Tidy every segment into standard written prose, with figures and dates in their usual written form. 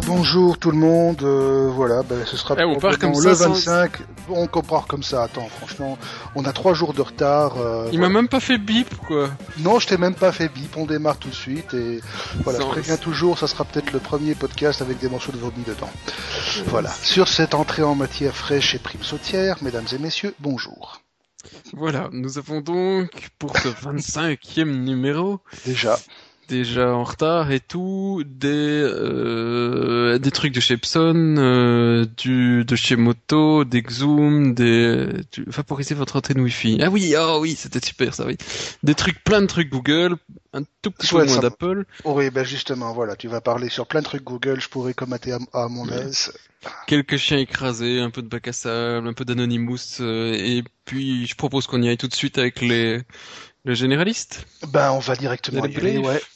Bonjour tout le monde, voilà, ce sera on part comme le ça 25, on compare comme ça, attends, franchement, on a 3 jours de retard. Il m'a même pas fait bip, quoi. Non, je t'ai même pas fait bip, on démarre tout de suite, et voilà, je préviens toujours, ça sera peut-être le premier podcast avec des morceaux de vomi dedans. Voilà, sur cette entrée en matière fraîche et prime sautière, mesdames et messieurs, bonjour. Voilà, nous avons donc, pour ce 25e numéro... Déjà en retard et tout, des trucs de chez Epson, de chez Moto, des Xoom, vaporiser votre antenne Wi-Fi. Ah oui, c'était super ça, oui. Plein de trucs Google, un tout petit peu moins d'Apple. Oui, justement, voilà, tu vas parler sur plein de trucs Google, je pourrais commenter à mon aise. Quelques chiens écrasés, un peu de bac à sable, un peu d'Anonymous, et puis je propose qu'on y aille tout de suite avec le généraliste. On va directement y aller, ouais.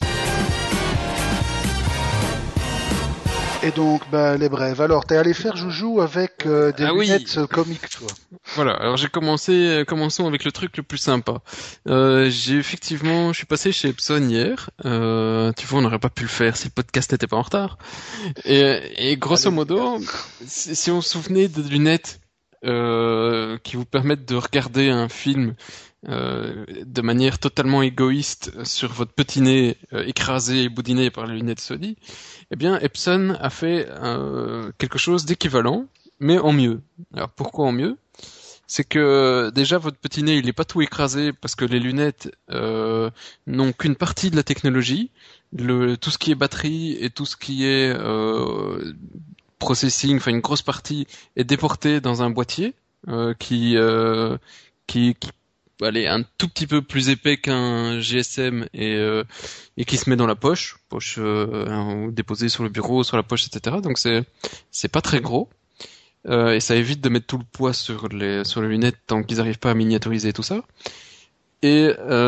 Et donc, les brèves. Alors, t'es allé faire joujou avec des lunettes comiques, toi. Voilà. Alors, commençons avec le truc le plus sympa. Je suis passé chez Epson hier. Tu vois, on n'aurait pas pu le faire si le podcast n'était pas en retard. Et grosso modo, si on se souvenait des lunettes qui vous permettent de regarder un film de manière totalement égoïste sur votre petit nez écrasé et boudiné par les lunettes Sony, eh bien Epson a fait quelque chose d'équivalent, mais en mieux. Alors pourquoi en mieux ? C'est que déjà votre petit nez il est pas tout écrasé parce que les lunettes n'ont qu'une partie de la technologie, tout ce qui est batterie et tout ce qui est processing, enfin une grosse partie est déporté dans un boîtier qui est un tout petit peu plus épais qu'un GSM et qui se met dans la poche déposé sur le bureau, sur la poche, etc. Donc c'est pas très gros et ça évite de mettre tout le poids sur les lunettes tant qu'ils n'arrivent pas à miniaturiser tout ça. Et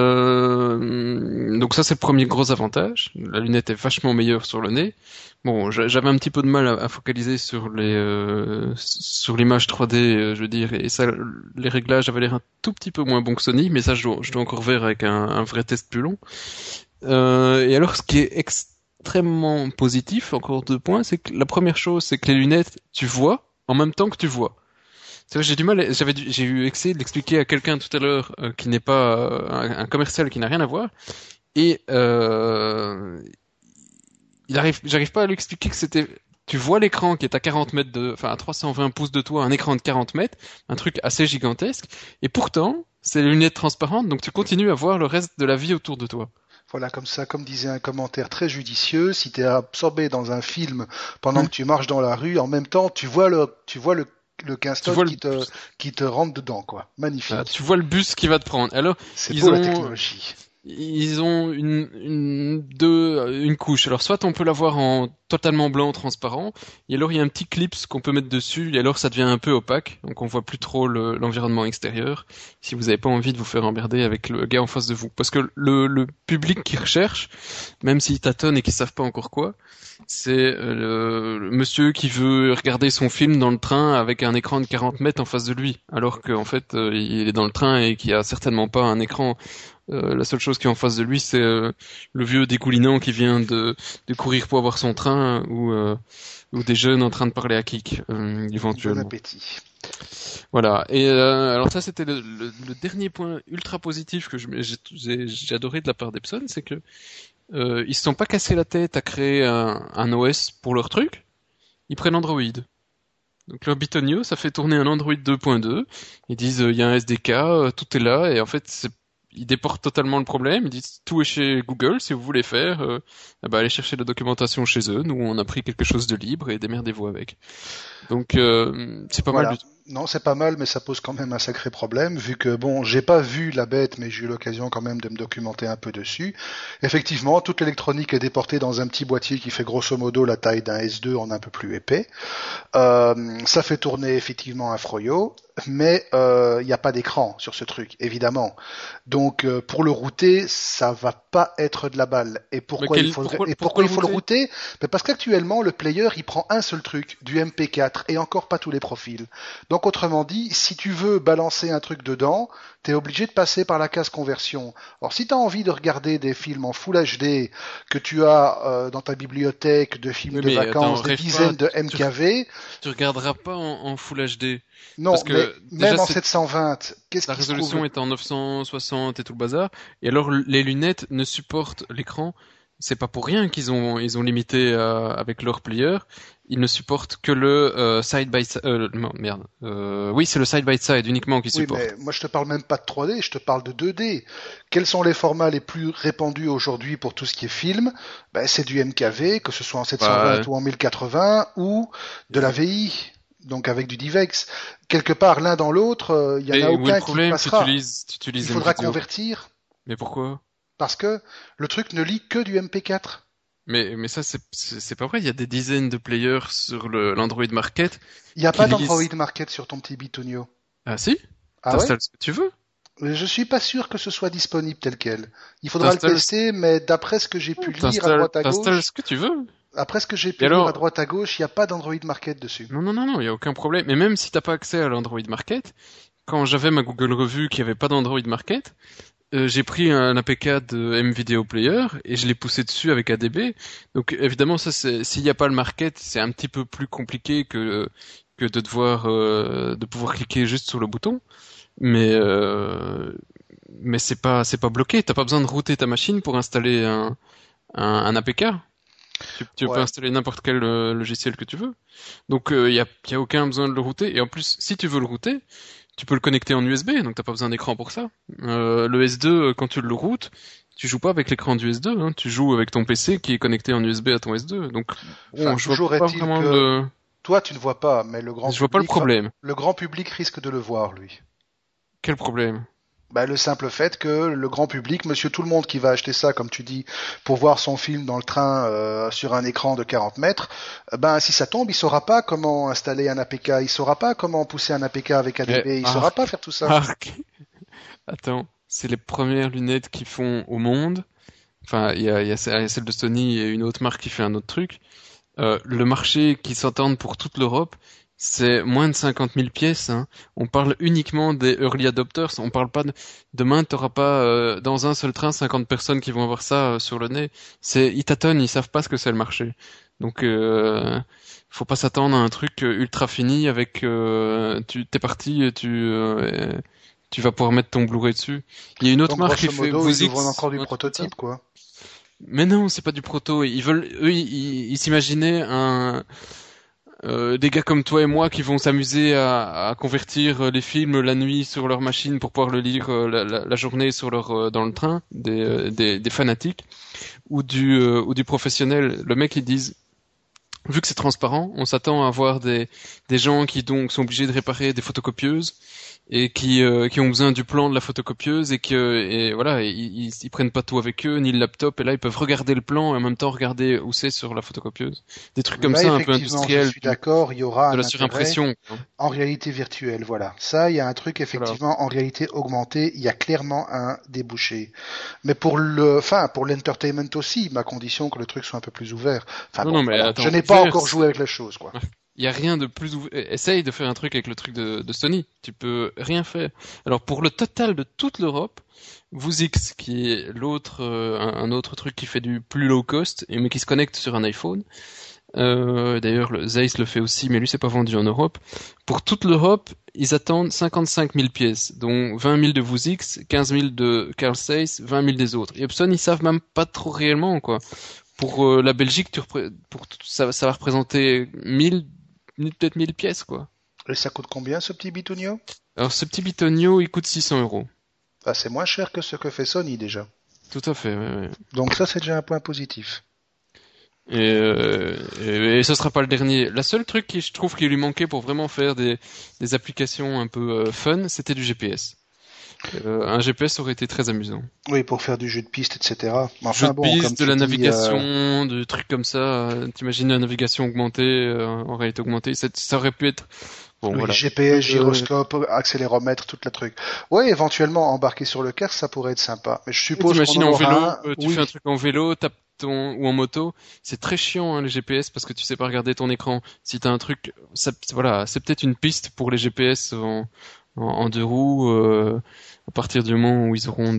donc ça c'est le premier gros avantage. La lunette est vachement meilleure sur le nez. Bon, j'avais un petit peu de mal à focaliser sur l'image 3D, je veux dire, et ça, les réglages avaient l'air un tout petit peu moins bons que Sony, mais ça je dois encore voir avec un vrai test plus long. Et alors ce qui est extrêmement positif, encore 2 points, c'est que la première chose, c'est que les lunettes, tu vois en même temps que tu vois. C'est vrai, j'ai eu essayé de l'expliquer à quelqu'un tout à l'heure qui n'est pas un commercial qui n'a rien à voir, et j'arrive pas à lui expliquer que tu vois l'écran qui est à 40 mètres à 320 pouces de toi, un écran de 40 mètres, un truc assez gigantesque, et pourtant, c'est les lunettes transparentes, donc tu continues à voir le reste de la vie autour de toi. Voilà, comme ça, comme disait un commentaire très judicieux, si t'es absorbé dans un film pendant que tu marches dans la rue, en même temps, tu vois le Kingston qui te rentre dedans, quoi. Magnifique. Ah, tu vois le bus qui va te prendre. Alors, c'est beau la technologie. Ils ont une couche. Alors, soit on peut l'avoir en totalement blanc, transparent, et alors il y a un petit clip qu'on peut mettre dessus, et alors ça devient un peu opaque, donc on voit plus trop l'environnement extérieur, si vous n'avez pas envie de vous faire emmerder avec le gars en face de vous. Parce que le public qui recherche, même s'ils tâtonnent et qu'ils savent pas encore quoi, c'est le monsieur qui veut regarder son film dans le train avec un écran de 40 mètres en face de lui, alors qu'en fait il est dans le train et qu'il y a certainement pas un écran. La seule chose qui est en face de lui, c'est le vieux dégoulinant qui vient de courir pour avoir son train ou des jeunes en train de parler à Kik, éventuellement. Bon appétit. Voilà. Et alors ça, c'était le dernier point ultra positif que j'ai adoré de la part d'Epson, c'est que ils se sont pas cassés la tête à créer un OS pour leur truc. Ils prennent Android. Donc leur Bitonio, ça fait tourner un Android 2.2. Ils disent il y a un SDK, tout est là, et en fait ils déportent totalement le problème. Ils disent tout est chez Google, si vous voulez faire, allez chercher la documentation chez eux. Nous on a pris quelque chose de libre et démerdez-vous avec. Donc c'est pas mal du tout. Non, c'est pas mal, mais ça pose quand même un sacré problème, vu que, j'ai pas vu la bête, mais j'ai eu l'occasion quand même de me documenter un peu dessus. Effectivement, toute l'électronique est déportée dans un petit boîtier qui fait grosso modo la taille d'un S2 en un peu plus épais. Ça fait tourner effectivement un Froyo, mais il n'y a pas d'écran sur ce truc, évidemment. Donc, pour le router, ça va pas être de la balle. Et pourquoi il faut le router? Parce qu'actuellement, le player, il prend un seul truc, du MP4, et encore pas tous les profils. Donc autrement dit, si tu veux balancer un truc dedans, t'es obligé de passer par la case conversion. Alors si t'as envie de regarder des films en Full HD que tu as dans ta bibliothèque de films Oui, de mais attends, vacances, des rêve pas, dizaines de MKV, tu regarderas pas en Full HD. non, Parce mais que déjà, même en 720, qu'est-ce la qui se trouve? résolution est en 960 et tout le bazar. Et alors, les lunettes ne supportent l'écran. C'est pas pour rien ils ont limité avec leur player. Ils ne supportent que le side by side. Non, merde. Oui, c'est le side by side uniquement qui Oui, supporte. mais moi je te parle même pas de 3D, je te parle de 2D. Quels sont les formats les plus répandus aujourd'hui pour tout ce qui est film? Ben, c'est du MKV, que ce soit en 720 Bah, ou en 1080, ou de la VI, donc avec du DivX. Quelque part, l'un dans l'autre, il y en a mais où est le aucun qui problème? passera. Tu Il utilises faudra NVIDIA. convertir, Mais pourquoi? parce que le truc ne lit que du MP4. Mais ça, c'est pas vrai. Il y a des dizaines de players sur l'Android Market Il n'y a qui pas d'Android lisent. Market sur ton petit bitonio. Ah si? Ah ouais? T'installes ce que tu veux. Je suis pas sûr que ce soit disponible tel quel. Il faudra le T'installes, tester, mais d'après ce que j'ai pu lire à droite à t'installes gauche, ce que tu veux. après ce que j'ai Et pu lire à alors, droite à gauche, il n'y a pas d'Android Market dessus. non, il y a aucun problème. Mais même si t'as pas accès à l'Android Market, quand j'avais ma Google Revue qui avait pas d'Android Market, j'ai pris un APK de MVideo Player et je l'ai poussé dessus avec ADB. Donc évidemment, ça, s'il n'y a pas le Market, c'est un petit peu plus compliqué que de devoir, de pouvoir cliquer juste sur le bouton. Mais, mais c'est pas bloqué. T'as pas besoin de router ta machine pour installer un APK. Tu peux Ouais. installer n'importe quel logiciel que tu veux. Donc y a aucun besoin de le router. Et en plus, si tu veux le router, tu peux le connecter en USB, donc t'as pas besoin d'écran pour ça. Le S2, quand tu le routes, tu joues pas avec l'écran du S2, hein, tu joues avec ton PC qui est connecté en USB à ton S2. Donc Enfin, bon, je vois toujours pas est-il vraiment que le, toi, tu ne vois pas, mais je vois pas le problème. le grand public risque de le voir, lui. Quel problème? Bah, le simple fait que le grand public, monsieur tout le monde qui va acheter ça, comme tu dis, pour voir son film dans le train sur un écran de 40 mètres, ben si ça tombe, il saura pas comment installer un APK, il saura pas comment pousser un APK avec Mais ADB, il saura pas Marc, faire tout ça. Marc, attends, c'est les premières lunettes qu'ils font au monde. Enfin, il y a celle de Sony et une autre marque qui fait un autre truc. Le marché qui s'entende pour toute l'Europe, c'est moins de 50 000 pièces. Hein. On parle uniquement des early adopters. On parle pas de demain, t'auras pas dans un seul train 50 personnes qui vont avoir ça sur le nez. Ils tâtonnent, ils savent pas ce que c'est le marché. Donc, faut pas s'attendre à un truc ultra fini avec t'es parti, tu vas pouvoir mettre ton Blu-ray dessus. Il y a une autre Donc marque qui grosso fait modo, ils nous vendent Vuzix, encore du un truc comme ça. prototype, quoi. Mais non, c'est pas du proto. Ils s'imaginaient des gars comme toi et moi qui vont s'amuser à convertir les films la nuit sur leur machine pour pouvoir le lire la journée sur dans le train, des fanatiques ou du professionnel. Le mec, ils disent, vu que c'est transparent, on s'attend à avoir des gens qui donc sont obligés de réparer des photocopieuses et qui ont besoin du plan de la photocopieuse et voilà, ils prennent pas tout avec eux ni le laptop et là ils peuvent regarder le plan et en même temps regarder où c'est sur la photocopieuse. Des trucs comme Là, ça un peu effectivement, je industriels, suis d'accord, il y aura de un la intérêt surimpression, quoi. en réalité virtuelle, voilà. Ça, il y a un truc, Voilà. effectivement, en réalité augmentée, il y a clairement un débouché. Mais pour l'entertainment aussi, ma condition que le truc soit un peu plus ouvert. Enfin Non, bon, non, mais voilà. Je attends, n'ai pas ouvert, encore joué avec la chose, quoi. il y a rien de plus ouvert. Essaye de faire un truc avec le truc de Sony. Tu peux rien faire. Alors pour le total de toute l'Europe, Vuzix, qui est l'autre, un autre truc qui fait du plus low cost, mais qui se connecte sur un iPhone. D'ailleurs, le Zeiss le fait aussi, mais lui c'est pas vendu en Europe. Pour toute l'Europe, ils attendent 55 000 pièces, dont 20 000 de Vuzix, 15 000 de Carl Zeiss, 20 000 des autres. Et Epson, ils savent même pas trop réellement, quoi. Pour la Belgique, ça va représenter 1000, peut-être 1000 pièces, quoi. Et ça coûte combien, ce petit bitonio? Alors, ce petit bitonio, il coûte 600 euros. Ah, c'est moins cher que ce que fait Sony, déjà. Tout à fait, ouais. Donc ça, c'est déjà un point positif. Et ce sera pas le dernier. La seule truc qui je trouve qu'il lui manquait pour vraiment faire des applications un peu fun, c'était du GPS. Un GPS aurait été très amusant. Oui, pour faire du jeu de piste, etc. Mais Jeu enfin de bon, comme piste, de tu la dis, navigation, de trucs comme ça. T'imagines la navigation augmentée, en réalité augmentée, ça aurait pu être... Bon, oui, voilà. GPS, gyroscope, accéléromètre, toute la truc. Oui, éventuellement embarquer sur le casque, ça pourrait être sympa. Mais je suppose qu'on T'imagines en en vélo, aura un. tu Oui, fais un truc en vélo, ou en moto, c'est très chiant hein, les GPS parce que tu sais pas regarder ton écran. Si t'as un truc, voilà, c'est peut-être une piste pour les GPS en deux roues à partir du moment où ils auront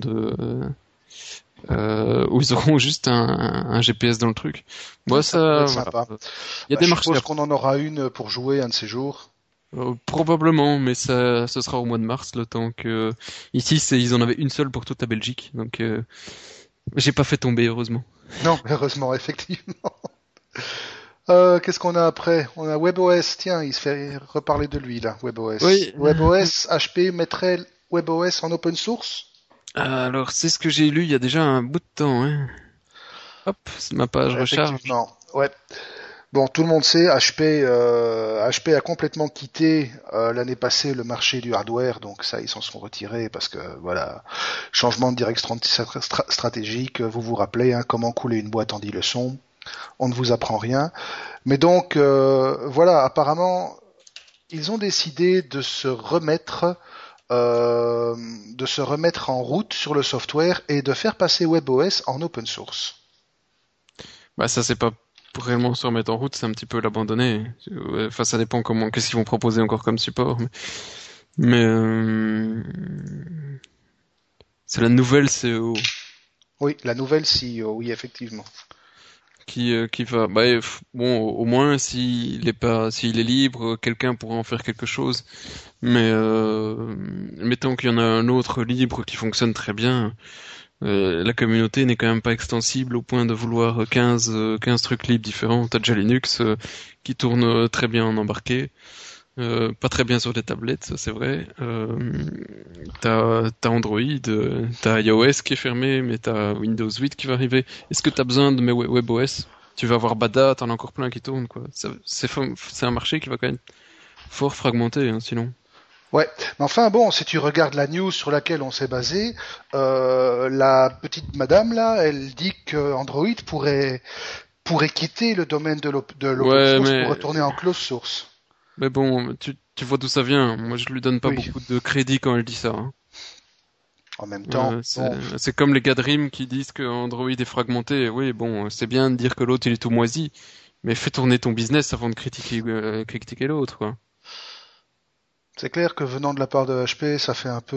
où ils auront juste un GPS dans le truc. Moi, Ça pourrait ça, être voilà. sympa. Il y a des Je marchés. suppose qu'on en aura une pour jouer un de ces jours. Probablement, mais ce sera au mois de mars, le temps que ici, ils en avaient une seule pour toute la Belgique, donc j'ai pas fait tomber heureusement. Non, heureusement, effectivement. Qu'est-ce qu'on a après? On a WebOS. Tiens, il se fait reparler de lui là, WebOS. Oui. WebOS, HP mettrait WebOS en open source? Alors c'est ce que j'ai lu il y a déjà un bout de temps. Hein. Hop, ma page recharge. Effectivement. Ouais. Bon, tout le monde sait, HP a complètement quitté l'année passée le marché du hardware, donc ça, ils s'en sont retirés parce que voilà, changement de direction stratégique. Vous vous rappelez hein, comment couler une boîte en 10 leçons. On ne vous apprend rien. Mais donc voilà, apparemment, ils ont décidé de se remettre en route sur le software et de faire passer WebOS en open source. Bah ça c'est pas pour réellement se remettre en route, c'est un petit peu l'abandonner. Enfin ça dépend qu'est-ce qu'ils vont proposer encore comme support. Mais c'est la nouvelle CEO Oui, la nouvelle CEO, oui effectivement. qui va. Bah bon au moins s'il est libre, quelqu'un pourra en faire quelque chose. Mais mettons qu'il y en a un autre libre qui fonctionne très bien. La communauté n'est quand même pas extensible au point de vouloir 15 trucs libres différents. T'as déjà Linux qui tourne très bien en embarqué, pas très bien sur des tablettes, ça c'est vrai. T'as Android, t'as iOS qui est fermé, mais t'as Windows 8 qui va arriver. Est-ce que t'as besoin de mes WebOS? Tu vas avoir Bada, t'en as encore plein qui tournent quoi. C'est un marché qui va quand même fort fragmenté, hein, sinon. Ouais, mais enfin bon, si tu regardes la news sur laquelle on s'est basé, la petite madame là, elle dit que Android pourrait quitter le domaine de l'open Ouais, source pour retourner en closed source. mais bon, tu vois d'où ça vient. Moi, je lui donne pas Oui, beaucoup de crédit quand elle dit ça. Hein. en même temps, bon, C'est comme les gars de RIM qui disent que Android est fragmenté. Oui, bon, c'est bien de dire que l'autre il est tout moisi, mais fais tourner ton business avant de critiquer l'autre, quoi. c'est clair que venant de la part de HP, ça fait un peu,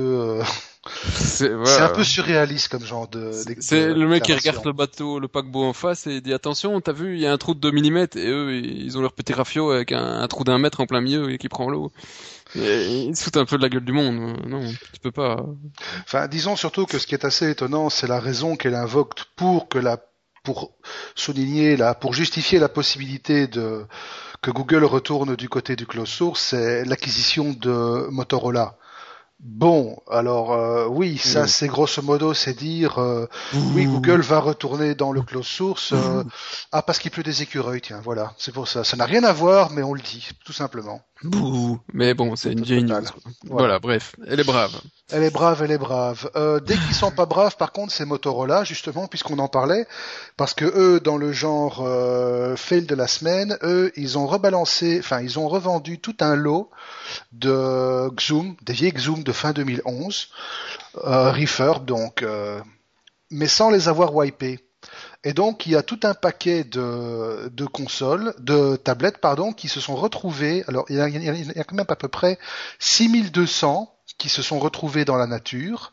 c'est un Voilà. peu surréaliste comme genre C'est le mec qui regarde déclaration. le bateau, le paquebot en face et il dit attention, t'as vu, il y a un trou de 2 millimètres et eux ils ont leur petit rafio avec un trou d'un mètre en plein milieu et qui prend l'eau. Et ils se foutent un peu de la gueule du monde. Non, tu peux pas. Enfin, disons surtout que ce qui est assez étonnant, c'est la raison qu'elle invoque pour souligner pour justifier la possibilité que Google retourne du côté du closed source, c'est l'acquisition de Motorola. Bon, alors oui, ça Oui. c'est grosso modo, c'est dire oui, Bouh. Google va retourner dans le closed source. Parce qu'il pleut des écureuils, tiens, voilà, c'est pour ça. Ça n'a rien à voir, mais on le dit, tout simplement. Bouh. Mais bon, c'est une vieille news, Total. quoi. Voilà. Voilà, bref, elle est brave. Elle est brave, elle est brave. Dès qu'ils sont pas braves, par contre, c'est Motorola, justement, puisqu'on en parlait, parce que eux, dans le genre fail de la semaine, eux, ils ont rebalancé, enfin, ils ont revendu tout un lot de Xoom, des vieilles Xoom de fin 2011, refurb, donc, mais sans les avoir wipés. Et donc, il y a tout un paquet de consoles, de tablettes, pardon, qui se sont retrouvées. Alors, il y a quand même à peu près 6200 qui se sont retrouvés dans la nature.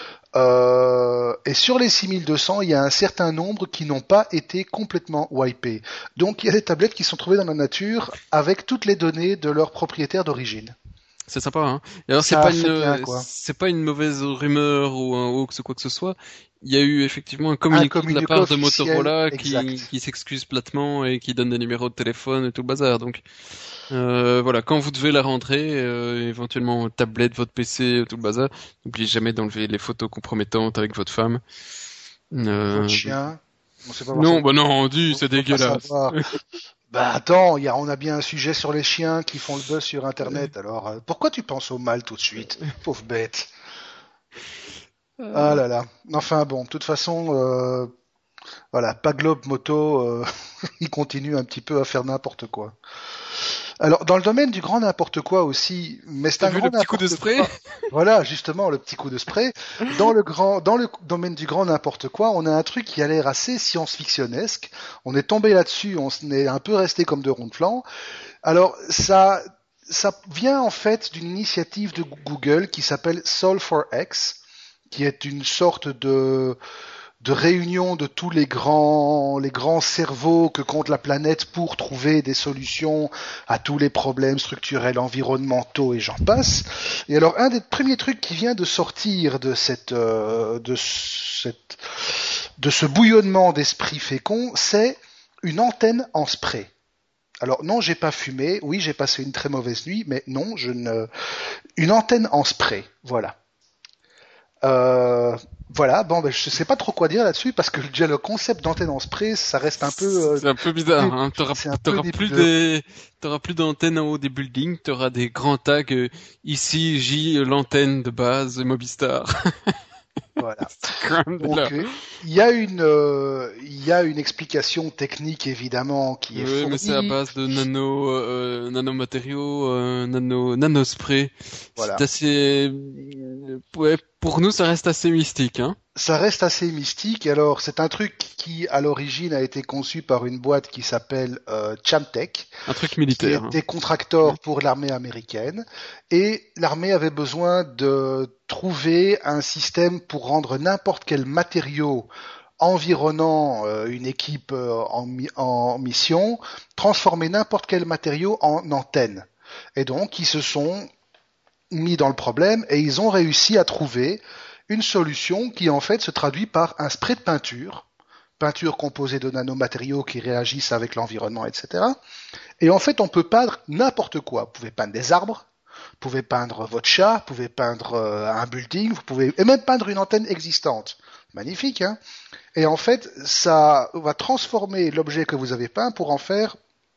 Et sur les 6200, il y a un certain nombre qui n'ont pas été complètement wipés. Donc, il y a des tablettes qui sont trouvées dans la nature avec toutes les données de leurs propriétaires d'origine. C'est sympa, hein. Et alors, Ça fait bien, quoi. c'est pas une mauvaise rumeur ou un hoax ou quoi que ce soit. Il y a eu effectivement un Un communiqué de la communiqué part de officiel Motorola exact. qui s'excuse platement et qui donne des numéros de téléphone et tout le bazar. Donc, voilà, quand vous devez la rentrer, éventuellement tablette, votre PC, tout le bazar, n'oubliez jamais d'enlever les photos compromettantes avec votre femme. Votre Euh, chien, on sait pas voir ça. non, bah non, dis, c'est Faut pas dégueulasse. savoir. Bah attends, on a bien un sujet sur les chiens qui font le buzz sur Internet. Alors, pourquoi tu penses au mal tout de suite, pauvre bête? Ah Euh, là là. Enfin bon, de toute façon, voilà, pas Globe Moto, il continue un petit peu à faire n'importe quoi. Alors, dans le domaine du grand n'importe quoi aussi, mais c'est T'as un vu grand le petit coup de n'importe spray? quoi. Voilà, justement, le petit coup de spray. Dans le domaine du grand n'importe quoi, on a un truc qui a l'air assez science-fictionnesque. On est tombé là-dessus, on est un peu resté comme de ronds de flanc. Alors, ça vient en fait d'une initiative de Google qui s'appelle Solve4X, qui est une sorte de réunion de tous les grands cerveaux que compte la planète pour trouver des solutions à tous les problèmes structurels, environnementaux et j'en passe. Et alors, un des premiers trucs qui vient de sortir de ce bouillonnement d'esprit fécond, c'est une antenne en spray. Alors non, j'ai pas fumé. Oui, j'ai passé une très mauvaise nuit, mais non, je ne. Une antenne en spray, voilà. Euh, voilà, bon, ben, je sais pas trop quoi dire là-dessus parce que déjà le concept d'antenne en spray, ça reste un peu, C'est un peu bizarre, hein. c'est un peu nébuleux. T'auras plus d'antennes en haut des buildings, t'auras des grands tags, ici, l'antenne de base, Mobistar. Voilà. C'est quand même de là. Donc il y a une explication technique évidemment qui est Oui, mais c'est à fournie. base de nanomatériaux, nanospray. C'est Voilà. assez, ouais, pour nous, ça reste assez mystique, hein. Ça reste assez mystique. Alors, c'est un truc qui, à l'origine, a été conçu par une boîte qui s'appelle Chamtech, Un truc qui militaire, hein. était contracteur pour l'armée américaine. Et l'armée avait besoin de trouver un système pour rendre n'importe quel matériau environnant une équipe en mission, transformer n'importe quel matériau en antenne. Et donc, ils se sont mis dans le problème et ils ont réussi à trouver une solution qui en fait se traduit par un spray de peinture composée de nanomatériaux qui réagissent avec l'environnement, etc. Et en fait, on peut peindre n'importe quoi. Vous pouvez peindre des arbres, vous pouvez peindre votre chat, vous pouvez peindre un building, vous pouvez et même peindre une antenne existante. Magnifique, hein? Et en fait, ça va transformer l'objet que vous avez peint pour en faire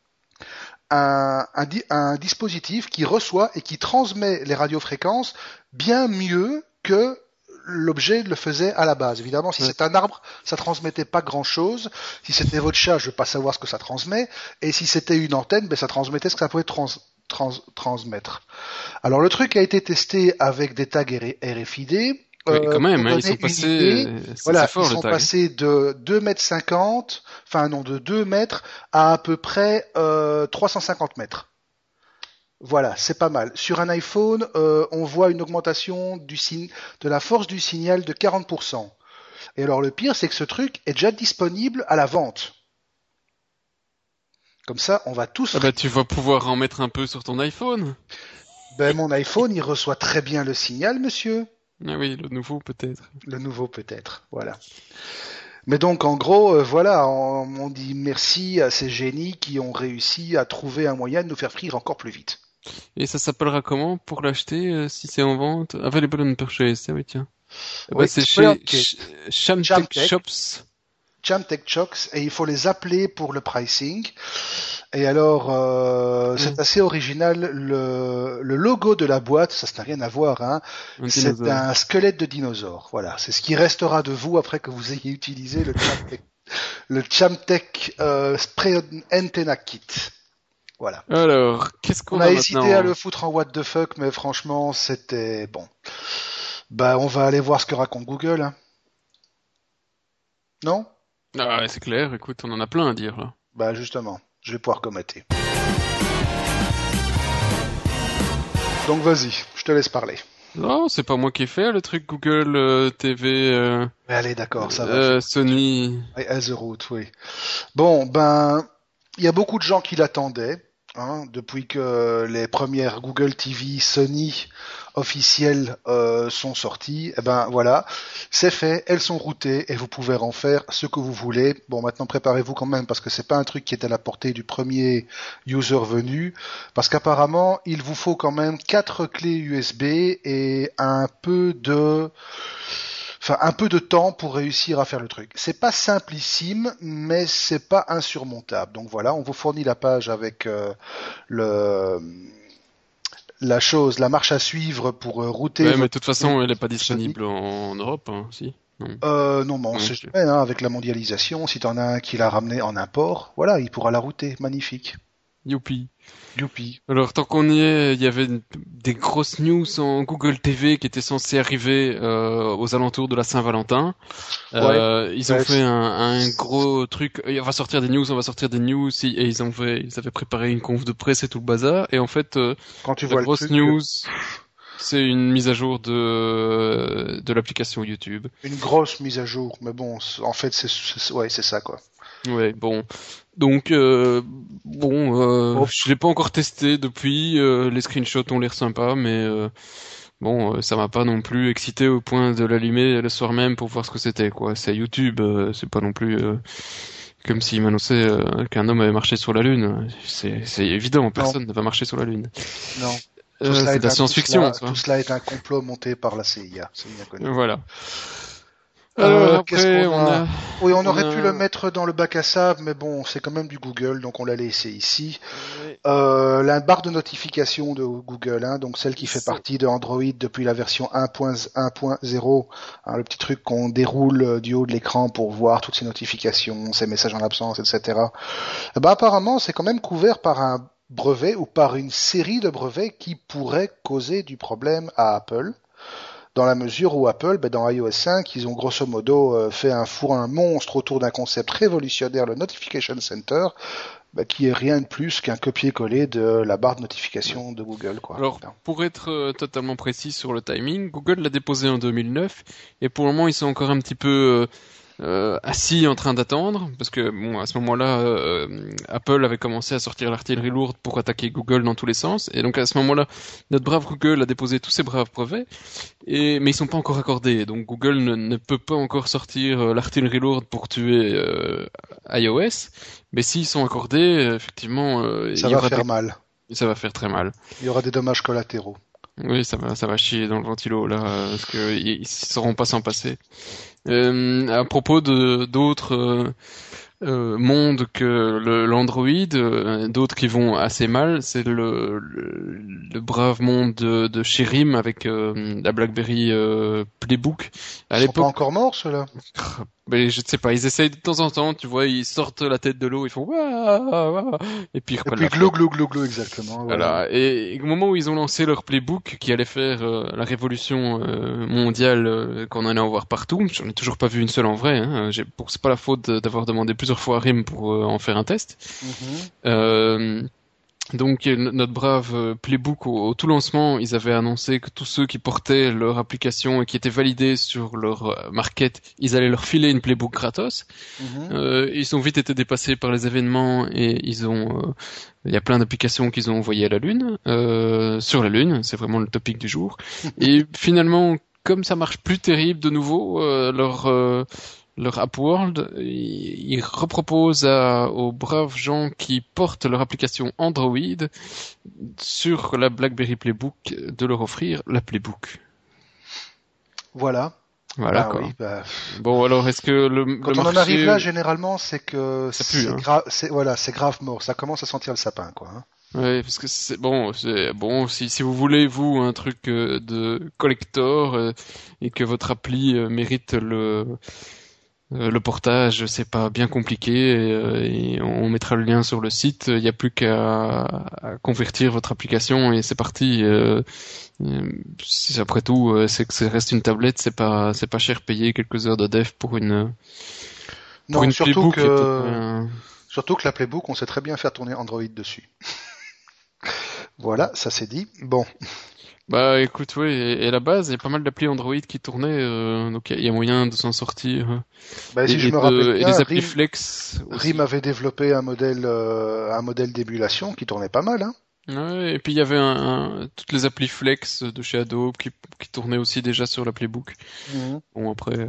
un dispositif qui reçoit et qui transmet les radiofréquences bien mieux que l'objet le faisait à la base. Évidemment, si Ouais. c'est un arbre, ça transmettait pas grand-chose. Si c'était votre chat, je veux pas savoir ce que ça transmet. Et si c'était une antenne, ben ça transmettait ce que ça pouvait transmettre. Alors le truc a été testé avec des tags RFID. Oui, quand même, Pour hein, ils donner sont une passés, idée, c'est voilà, ils fort le sont tag. passés de 2,50 m, enfin non, de 2 mètres à peu près 350 mètres. Voilà, c'est pas mal. Sur un iPhone, on voit une augmentation de la force du signal de 40%. Et alors le pire, c'est que ce truc est déjà disponible à la vente. Comme ça, on va tous... Ah bah tu vas pouvoir en mettre un peu sur ton iPhone. Ben, mon iPhone, il reçoit très bien le signal, monsieur. Ah oui, le nouveau peut-être. Le nouveau peut-être, voilà. Mais donc en gros, voilà, on dit merci à ces génies qui ont réussi à trouver un moyen de nous faire frire encore plus vite. Et ça s'appellera comment pour l'acheter si c'est en vente? Available on purchase, ah oui tiens. Eh ben Oui, c'est Spray chez Kit, Shamtech Jamtech, Shops. Jamtech Chocs, et il faut les appeler pour le pricing. Et alors, Ouais, c'est assez original, le logo de la boîte, ça n'a rien à voir, hein. un C'est dinosaure. un squelette de dinosaure. Voilà, c'est ce qui restera de vous après que vous ayez utilisé le Jamtech Spray Antenna Kit. Voilà. Alors, qu'est-ce On qu'on a a hésité à maintenant? le foutre en what the fuck, mais franchement, c'était bon. Bah, on va aller voir ce que raconte Google, hein. Non? Ah ouais, c'est clair, écoute, on en a plein à dire là. Bah, justement, je vais pouvoir commenter. Donc, vas-y, je te laisse parler. Non, c'est pas moi qui ai fait le truc Google TV Mais allez, d'accord, ça va, fais-toi plaisir. Sony. Ouais, As the Root, oui. Bon, ben, il y a beaucoup de gens qui l'attendaient, hein, depuis que les premières Google TV Sony officielles sont sorties. Eh ben voilà, c'est fait, elles sont routées et vous pouvez en faire ce que vous voulez. Bon, maintenant préparez-vous quand même parce que c'est pas un truc qui est à la portée du premier user venu, parce qu'apparemment il vous faut quand même 4 clés USB et un peu de temps pour réussir à faire le truc. C'est pas simplissime, mais c'est pas insurmontable. Donc voilà, on vous fournit la page avec le la marche à suivre pour router Ouais, mais de votre toute façon, elle est pas Sony. disponible en Europe, hein, si? Non. Non, mais on Non sait plus. jamais, hein, avec la mondialisation, si t'en as un qui l'a ramené en import, voilà, il pourra la router, magnifique. Youpi. Youpi. Alors, tant qu'on y est, il y avait des grosses news en Google TV qui étaient censées arriver aux alentours de la Saint-Valentin. Ils ont fait un gros truc. On va sortir des news, et ils avaient préparé une conf de presse et tout le bazar. Et en fait, quand tu la vois grosse le truc, news, c'est une mise à jour de l'application YouTube. une grosse mise à jour, mais bon, en fait, c'est ça, quoi. Ouais, bon. Donc, je l'ai pas encore testé depuis. Les screenshots ont l'air sympas, mais bon, ça m'a pas non plus excité au point de l'allumer le soir même pour voir ce que c'était, quoi. C'est YouTube, c'est pas non plus comme s'il m'annonçait qu'un homme avait marché sur la Lune. C'est évident, personne ne va marcher sur la Lune. Non. C'est de la science-fiction. Tout cela est un complot monté par la CIA, c'est bien connu. Voilà. Après, qu'est-ce qu'on a? Oui, on aurait pu le mettre dans le bac à sable, mais bon, c'est quand même du Google, donc on l'a laissé ici. Oui. La barre de notification de Google, hein, donc celle qui fait partie de Android depuis la version 1.1.0, hein, le petit truc qu'on déroule du haut de l'écran pour voir toutes ces notifications, ces messages en absence, etc. Apparemment, c'est quand même couvert par un brevet ou par une série de brevets qui pourraient causer du problème à Apple. Dans la mesure où Apple, dans iOS 5, ils ont grosso modo fait un monstre autour d'un concept révolutionnaire, le Notification Center, qui est rien de plus qu'un copier-coller de la barre de notification de Google, quoi. Alors, pour être totalement précis sur le timing, Google l'a déposé en 2009, et pour le moment, ils sont encore un petit peu assis en train d'attendre, parce que bon, à ce moment-là, Apple avait commencé à sortir l'artillerie lourde pour attaquer Google dans tous les sens, et donc à ce moment-là, notre brave Google a déposé tous ses braves brevets, mais ils sont pas encore accordés, donc Google ne peut pas encore sortir l'artillerie lourde pour tuer iOS, mais s'ils sont accordés, effectivement, ça va faire mal. Ça va faire très mal. Il y aura des dommages collatéraux. Oui, ça va chier dans le ventilo là, parce que ils sauront pas s'en passer. À propos de d'autres mondes que l'Android, d'autres qui vont assez mal, c'est le brave monde de Sherim avec la BlackBerry Playbook. Ils sont pas encore morts ceux-là. Mais je ne sais pas, ils essayent de temps en temps, tu vois, ils sortent la tête de l'eau, ils font waouh, et puis ils reprennent. Et puis glou, exactement. Voilà. Et au moment où ils ont lancé leur playbook qui allait faire la révolution mondiale qu'on en a à voir partout, j'en ai toujours pas vu une seule en vrai. Hein. C'est pas la faute d'avoir demandé plusieurs fois à RIM pour en faire un test. Donc notre brave Playbook au tout lancement, ils avaient annoncé que tous ceux qui portaient leur application et qui étaient validés sur leur market, ils allaient leur filer une Playbook gratos. Ils ont vite été dépassés par les événements et il y a plein d'applications qu'ils ont envoyées à la Lune, sur la Lune, c'est vraiment le topic du jour. Et finalement, comme ça marche plus terrible de nouveau, leur App World, ils reproposent aux braves gens qui portent leur application Android sur la BlackBerry Playbook de leur offrir la Playbook. Voilà. Quoi. Oui, Bon, alors est-ce que quand on en arrive là, généralement, c'est que c'est grave mort. Ça commence à sentir le sapin, quoi. Hein. Ouais, parce que c'est bon. Si vous voulez vous un truc de collector et que votre appli mérite le portage, c'est pas bien compliqué et on mettra le lien sur le site. Il n'y a plus qu'à convertir votre application et c'est parti. Si après tout, c'est que ça reste une tablette, c'est pas cher payé quelques heures de dev pour une surtout Playbook. Surtout que la Playbook, on sait très bien faire tourner Android dessus. Voilà, ça c'est dit. Bon. Bah écoute, oui, et à la base, il y a pas mal d'applis Android qui tournaient, donc il y a moyen de s'en sortir. Si je me rappelle bien, et les applis Flex aussi. RIM avait développé un modèle d'émulation qui tournait pas mal, hein. Ouais, et puis il y avait toutes les applis Flex de chez Adobe qui tournaient aussi déjà sur la Playbook. Bon après.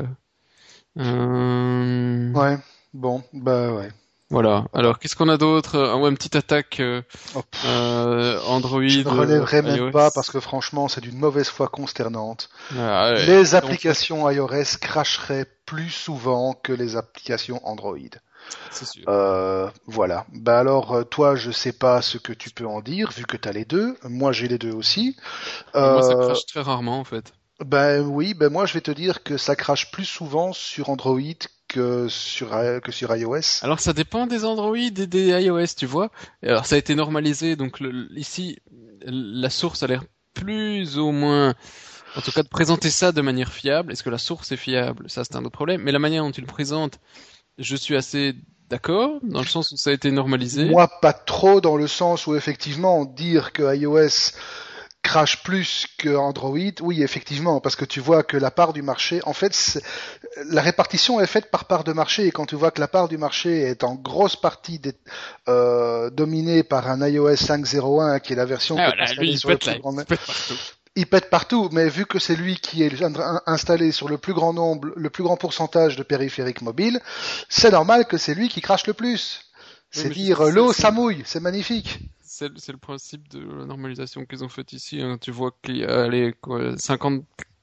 Ouais. Bon, ouais. Voilà. Alors, qu'est-ce qu'on a d'autre? Une petite attaque Android. Je ne relèverai même iOS. pas parce que franchement, c'est d'une mauvaise foi consternante. Ouais, les applications iOS crasheraient plus souvent que les applications Android. C'est sûr. Voilà. Alors, toi, je sais pas ce que tu peux en dire vu que tu as les deux. Moi, j'ai les deux aussi. Moi, ça crache très rarement en fait. Oui, moi je vais te dire que ça crache plus souvent sur Android que sur iOS. Alors ça dépend des Android et des iOS, tu vois. Et alors ça a été normalisé, donc ici la source a l'air plus ou moins, en tout cas de présenter ça de manière fiable. Est-ce que la source est fiable? Ça c'est un autre problème. Mais la manière dont tu le présentes, je suis assez d'accord, dans le sens où ça a été normalisé. Moi, pas trop, dans le sens où effectivement dire que iOS crache plus que Android, oui, effectivement, parce que tu vois que la part du marché, en fait, la répartition est faite par part de marché, et quand tu vois que la part du marché est en grosse partie dominée par un iOS 5.01, qui est la version Ah, qui est voilà, lui, installée sur le plus grand il pète partout. il pète partout, mais vu que c'est lui qui est installé sur le plus grand nombre, le plus grand pourcentage de périphériques mobiles, c'est normal que c'est lui qui crache le plus. Oui, C'est mais dire l'eau, ça mouille, c'est magnifique. c'est le principe de la normalisation qu'ils ont faite ici, hein. Tu vois qu'il y a les 50,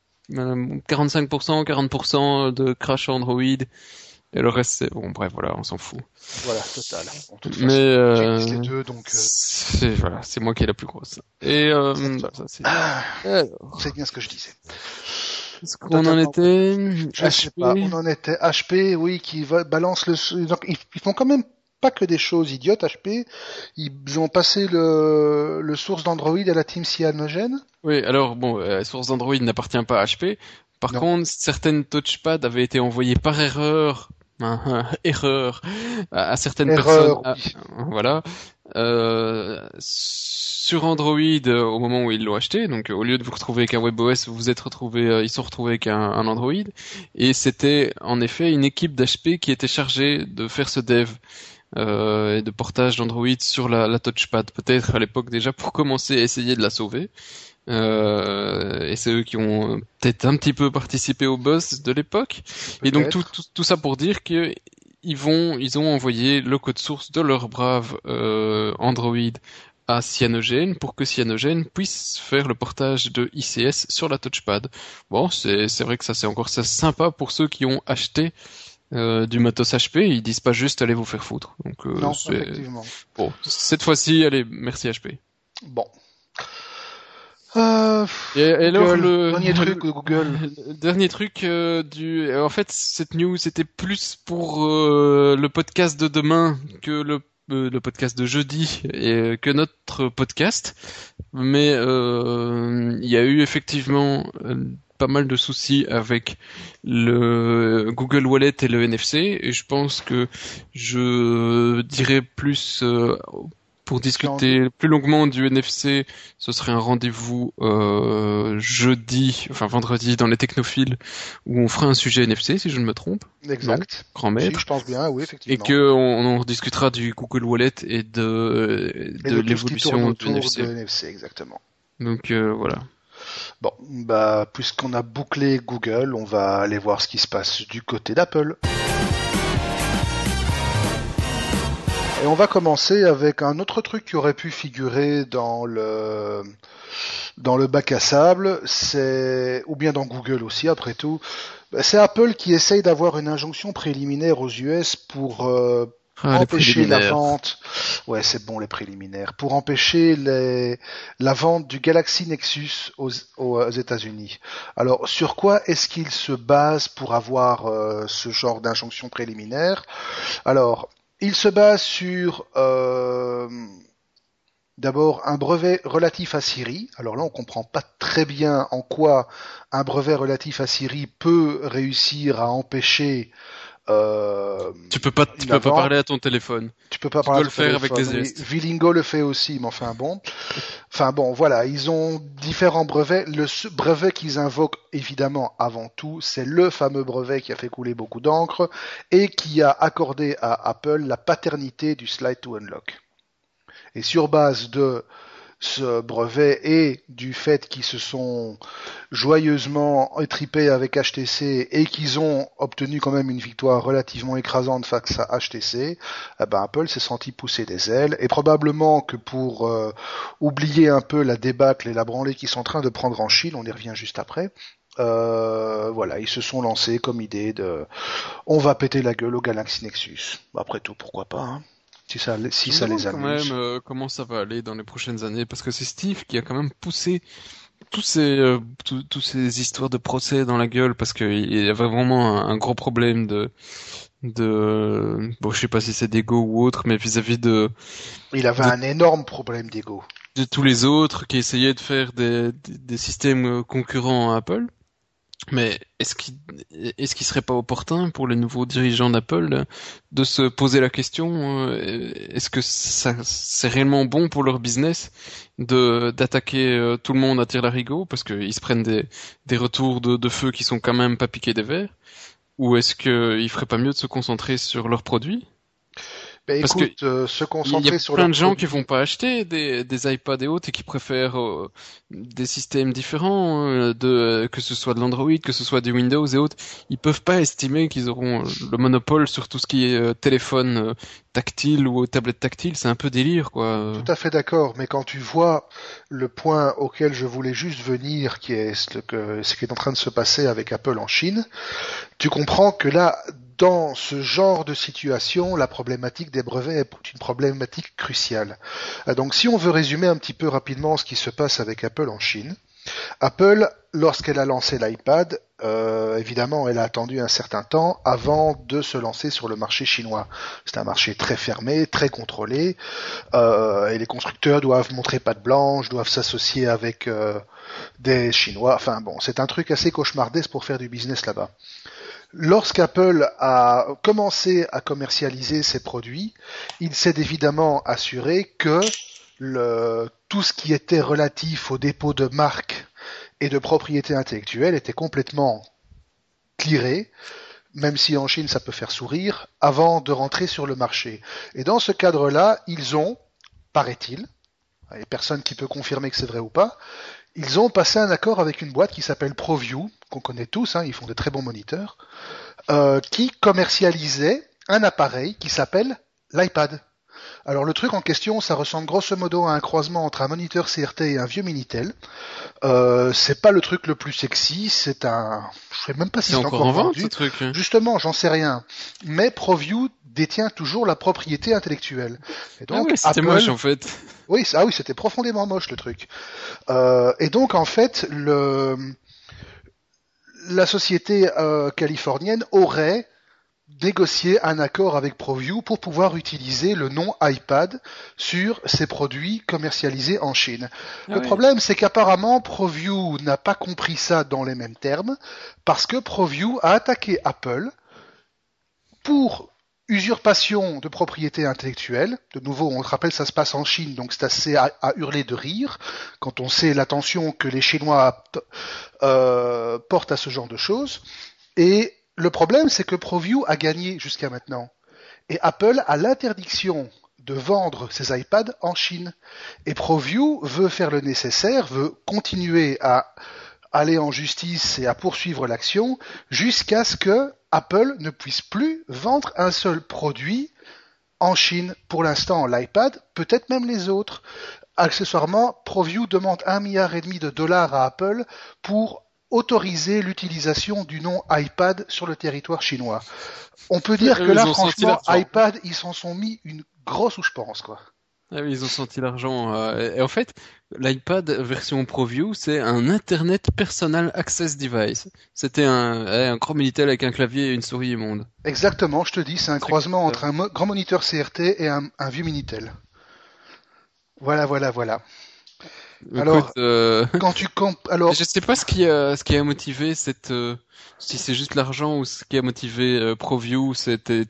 45%, 40% de crash Android, et le reste c'est bon, bref, voilà, on s'en fout. Voilà, total. En toute façon, Mais j'utilise les deux, donc c'est moi qui ai la plus grosse. Et bah, ça c'est. Alors, c'est bien ce que je disais. est-ce qu'on en était? Je sais pas. On en était HP, oui, qui balance le. Donc, ils font quand même pas que des choses idiotes, HP. Ils ont passé le source d'Android à la team Cyanogen. Oui, alors bon, la source d'Android n'appartient pas à HP. Par Non. contre, certaines touchpads avaient été envoyées par erreur, erreur, à certaines Erreur, personnes. oui. Voilà. Sur Android, au moment où ils l'ont acheté, donc au lieu de vous retrouver avec un WebOS, ils sont retrouvés avec un Android. Et c'était en effet une équipe d'HP qui était chargée de faire ce dev. Et de portage d'Android sur la touchpad, peut-être à l'époque déjà pour commencer à essayer de la sauver. Et c'est eux qui ont peut-être un petit peu participé au buzz de l'époque. Et donc tout ça pour dire que ils ont envoyé le code source de leur brave Android à Cyanogen pour que Cyanogen puisse faire le portage de ICS sur la touchpad. Bon, c'est vrai que ça c'est encore sympa pour ceux qui ont acheté du matos HP, ils disent pas juste allez vous faire foutre. Donc non, effectivement. Bon, cette fois-ci, allez, merci HP. Bon. Et alors dernier truc Google. Le dernier truc en fait cette news c'était plus pour le podcast de demain que le podcast de jeudi et que notre podcast, mais il y a eu effectivement pas mal de soucis avec le Google Wallet et le NFC, et je pense que je dirais plus pour discuter plus longuement du NFC, ce serait un rendez-vous vendredi dans les Technophiles, où on fera un sujet NFC, si je ne me trompe. Exact. Grand maître. Si, je pense bien, oui, effectivement. Et que on discutera du Google Wallet et de l'évolution du NFC, exactement. Donc voilà. Bon, bah puisqu'on a bouclé Google, on va aller voir ce qui se passe du côté d'Apple. Et on va commencer avec un autre truc qui aurait pu figurer dans le bac à sable, ou bien dans Google aussi après tout. C'est Apple qui essaye d'avoir une injonction préliminaire aux US pour empêcher la vente. Ouais, c'est bon les préliminaires. Pour empêcher la vente du Galaxy Nexus aux États-Unis. Alors, sur quoi est-ce qu'ils se basent pour avoir ce genre d'injonction préliminaire? Alors, ils se basent sur d'abord un brevet relatif à Siri. Alors là, on comprend pas très bien en quoi un brevet relatif à Siri peut réussir à empêcher. Tu peux pas parler à ton téléphone. Tu peux pas parler à ton téléphone. Tu peux le faire avec des gestes. Vilingo le fait aussi, mais enfin bon, voilà, ils ont différents brevets. Le brevet qu'ils invoquent, évidemment, avant tout, c'est le fameux brevet qui a fait couler beaucoup d'encre et qui a accordé à Apple la paternité du slide to unlock. Et sur base de ce brevet et du fait qu'ils se sont joyeusement étripés avec HTC et qu'ils ont obtenu quand même une victoire relativement écrasante face à HTC, Apple s'est senti pousser des ailes, et probablement que pour oublier un peu la débâcle et la branlée qu'ils sont en train de prendre en Chine, on y revient juste après, voilà, ils se sont lancés comme idée de on va péter la gueule au Galaxy Nexus. Après tout, pourquoi pas, hein. Si ça les amuse. Quand même, comment ça va aller dans les prochaines années, parce que c'est Steve qui a quand même poussé tous ces histoires de procès dans la gueule parce qu'il y avait vraiment un gros problème bon, je sais pas si c'est d'ego ou autre, mais vis-à-vis Il avait de, un énorme problème d'ego. de tous les autres qui essayaient de faire des systèmes concurrents à Apple. Mais est-ce qu'il serait pas opportun pour les nouveaux dirigeants d'Apple de se poser la question, est-ce que ça c'est réellement bon pour leur business d'attaquer tout le monde à tire-larigot parce qu'ils se prennent des retours de feu qui sont quand même pas piqués des verres, ou est-ce qu'il ferait pas mieux de se concentrer sur leurs produits? Ben Parce que écoute, se il y a concentrer sur plein leurs de gens qui produits. vont pas acheter des iPads et autres et qui préfèrent des systèmes différents, que ce soit de l'Android, que ce soit du Windows et autres. Ils peuvent pas estimer qu'ils auront le monopole sur tout ce qui est téléphone tactile ou tablette tactile. C'est un peu délire, quoi. Tout à fait d'accord, mais quand tu vois le point auquel je voulais juste venir, qui est ce qui est en train de se passer avec Apple en Chine, tu comprends que là, dans ce genre de situation, la problématique des brevets est une problématique cruciale. Donc si on veut résumer un petit peu rapidement ce qui se passe avec Apple en Chine, Apple, lorsqu'elle a lancé l'iPad, évidemment, elle a attendu un certain temps avant de se lancer sur le marché chinois. C'est un marché très fermé, très contrôlé, et les constructeurs doivent montrer patte blanche, doivent s'associer avec des Chinois. Enfin bon, c'est un truc assez cauchemardesque pour faire du business là-bas. Lorsqu'Apple a commencé à commercialiser ses produits, il s'est évidemment assuré que tout ce qui était relatif au dépôt de marque et de propriété intellectuelle était complètement clearé, même si en Chine ça peut faire sourire, avant de rentrer sur le marché. Et dans ce cadre-là, ils ont, paraît-il, il n'y a personne qui peut confirmer que c'est vrai ou pas, ils ont passé un accord avec une boîte qui s'appelle ProView, qu'on connaît tous, ils font de très bons moniteurs, qui commercialisait un appareil qui s'appelle l'iPad. Alors le truc en question, ça ressemble grosso modo à un croisement entre un moniteur CRT et un vieux Minitel. C'est pas le truc le plus sexy, je sais même pas si C'est c'est encore encore en vente, ce vendu. truc. Justement, j'en sais rien. Mais ProView détient toujours la propriété intellectuelle. Et Ah donc ouais, c'était moche Apple, en fait. oui, oui, c'était profondément moche le truc. Et donc en fait, la société californienne aurait négocié un accord avec ProView pour pouvoir utiliser le nom iPad sur ses produits commercialisés en Chine. Ah Le ouais. problème, c'est qu'apparemment ProView n'a pas compris ça dans les mêmes termes, parce que ProView a attaqué Apple pour usurpation de propriété intellectuelle. De nouveau, on te rappelle, ça se passe en Chine, donc c'est assez à hurler de rire quand on sait l'attention que les Chinois portent à ce genre de choses. Et le problème, c'est que ProView a gagné jusqu'à maintenant. Et Apple a l'interdiction de vendre ses iPads en Chine. Et ProView veut faire le nécessaire, veut continuer à aller en justice et à poursuivre l'action jusqu'à ce que Apple ne puisse plus vendre un seul produit en Chine. Pour l'instant, l'iPad, peut-être même les autres. Accessoirement, ProView demande 1,5 milliard de dollars à Apple pour autoriser l'utilisation du nom iPad sur le territoire chinois. On peut dire que là, Ils ont senti franchement, l'argent. iPad, ils s'en sont mis une grosse ouche, je pense, quoi. Ah oui, ils ont senti l'argent. Et en fait, l'iPad version ProView, c'est un Internet Personal Access Device. C'était un gros Minitel avec un clavier et une souris immonde. Exactement, je te dis, c'est un Truc, croisement entre un grand moniteur CRT et un vieux Minitel. Voilà, voilà, voilà. écoute, Alors, quand tu alors, je sais pas ce qui a motivé si c'est juste l'argent ou ce qui a motivé ProView, c'était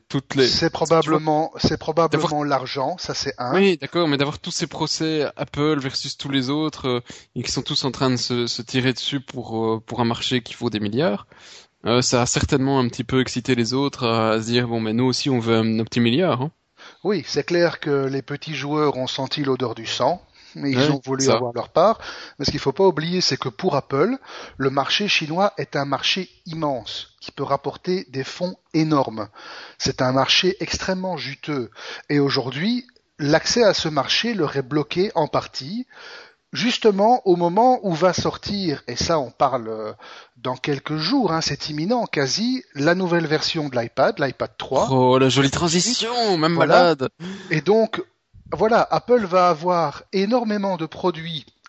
c'est d'avoir, probablement l'argent, ça c'est un. oui, d'accord, mais d'avoir tous ces procès Apple versus tous les autres, et qui sont tous en train de se tirer dessus pour un marché qui vaut des milliards. Ça a certainement un petit peu excité les autres à se dire bon, mais nous aussi on veut un petit milliard, hein. Oui, c'est clair que les petits joueurs ont senti l'odeur du sang, mais ils Ouais, ont voulu ça. avoir leur part. Mais ce qu'il ne faut pas oublier, c'est que pour Apple, le marché chinois est un marché immense qui peut rapporter des fonds énormes. C'est un marché extrêmement juteux. Et aujourd'hui, l'accès à ce marché leur est bloqué en partie, justement au moment où va sortir, et ça on parle dans quelques jours, c'est imminent quasi, la nouvelle version de l'iPad 3. Oh, la jolie transition, même Voilà. malade. Et donc, voilà, Apple va avoir énormément de produits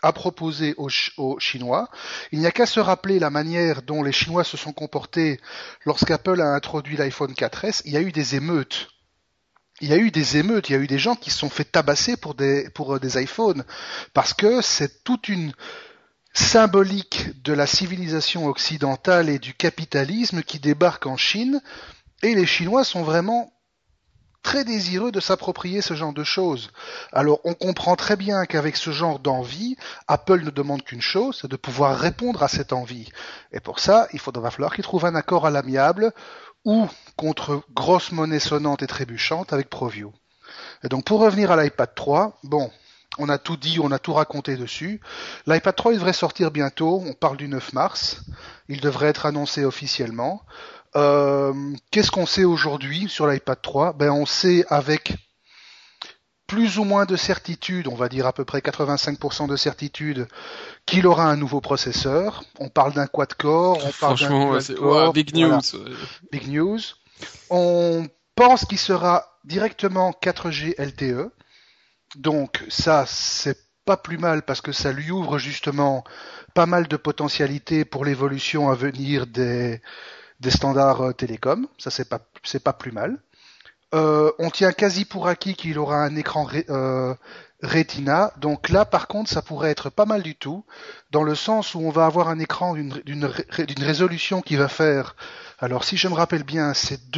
à proposer aux Chinois. Il n'y a qu'à se rappeler la manière dont les Chinois se sont comportés lorsqu'Apple a introduit l'iPhone 4S. Il y a eu des émeutes. Il y a eu des gens qui se sont fait tabasser pour des iPhones, parce que c'est toute une symbolique de la civilisation occidentale et du capitalisme qui débarque en Chine, et les Chinois sont vraiment très désireux de s'approprier ce genre de choses. Alors on comprend très bien qu'avec ce genre d'envie, Apple ne demande qu'une chose, c'est de pouvoir répondre à cette envie. Et pour ça, il va falloir qu'ils trouvent un accord à l'amiable, ou contre grosse monnaie sonnante et trébuchante avec ProView. Et donc pour revenir à l'iPad 3, bon, on a tout dit, on a tout raconté dessus. L'iPad 3, il devrait sortir bientôt, on parle du 9 mars, il devrait être annoncé officiellement. Qu'est-ce qu'on sait aujourd'hui sur l'iPad 3? Ben, on sait avec plus ou moins de certitude, on va dire à peu près 85% de certitude, qu'il aura un nouveau processeur. On parle d'un quad-core, on parle d'un dual-core. Big news. Voilà. Big news. On pense qu'il sera directement 4G LTE. Donc ça, c'est pas plus mal parce que ça lui ouvre justement pas mal de potentialités pour l'évolution à venir des standards télécoms. Ça, c'est pas plus mal. On tient quasi pour acquis qu'il aura un écran Retina. Donc là, par contre, ça pourrait être pas mal du tout, dans le sens où on va avoir un écran d'une résolution qui va faire, alors si je me rappelle bien, c'est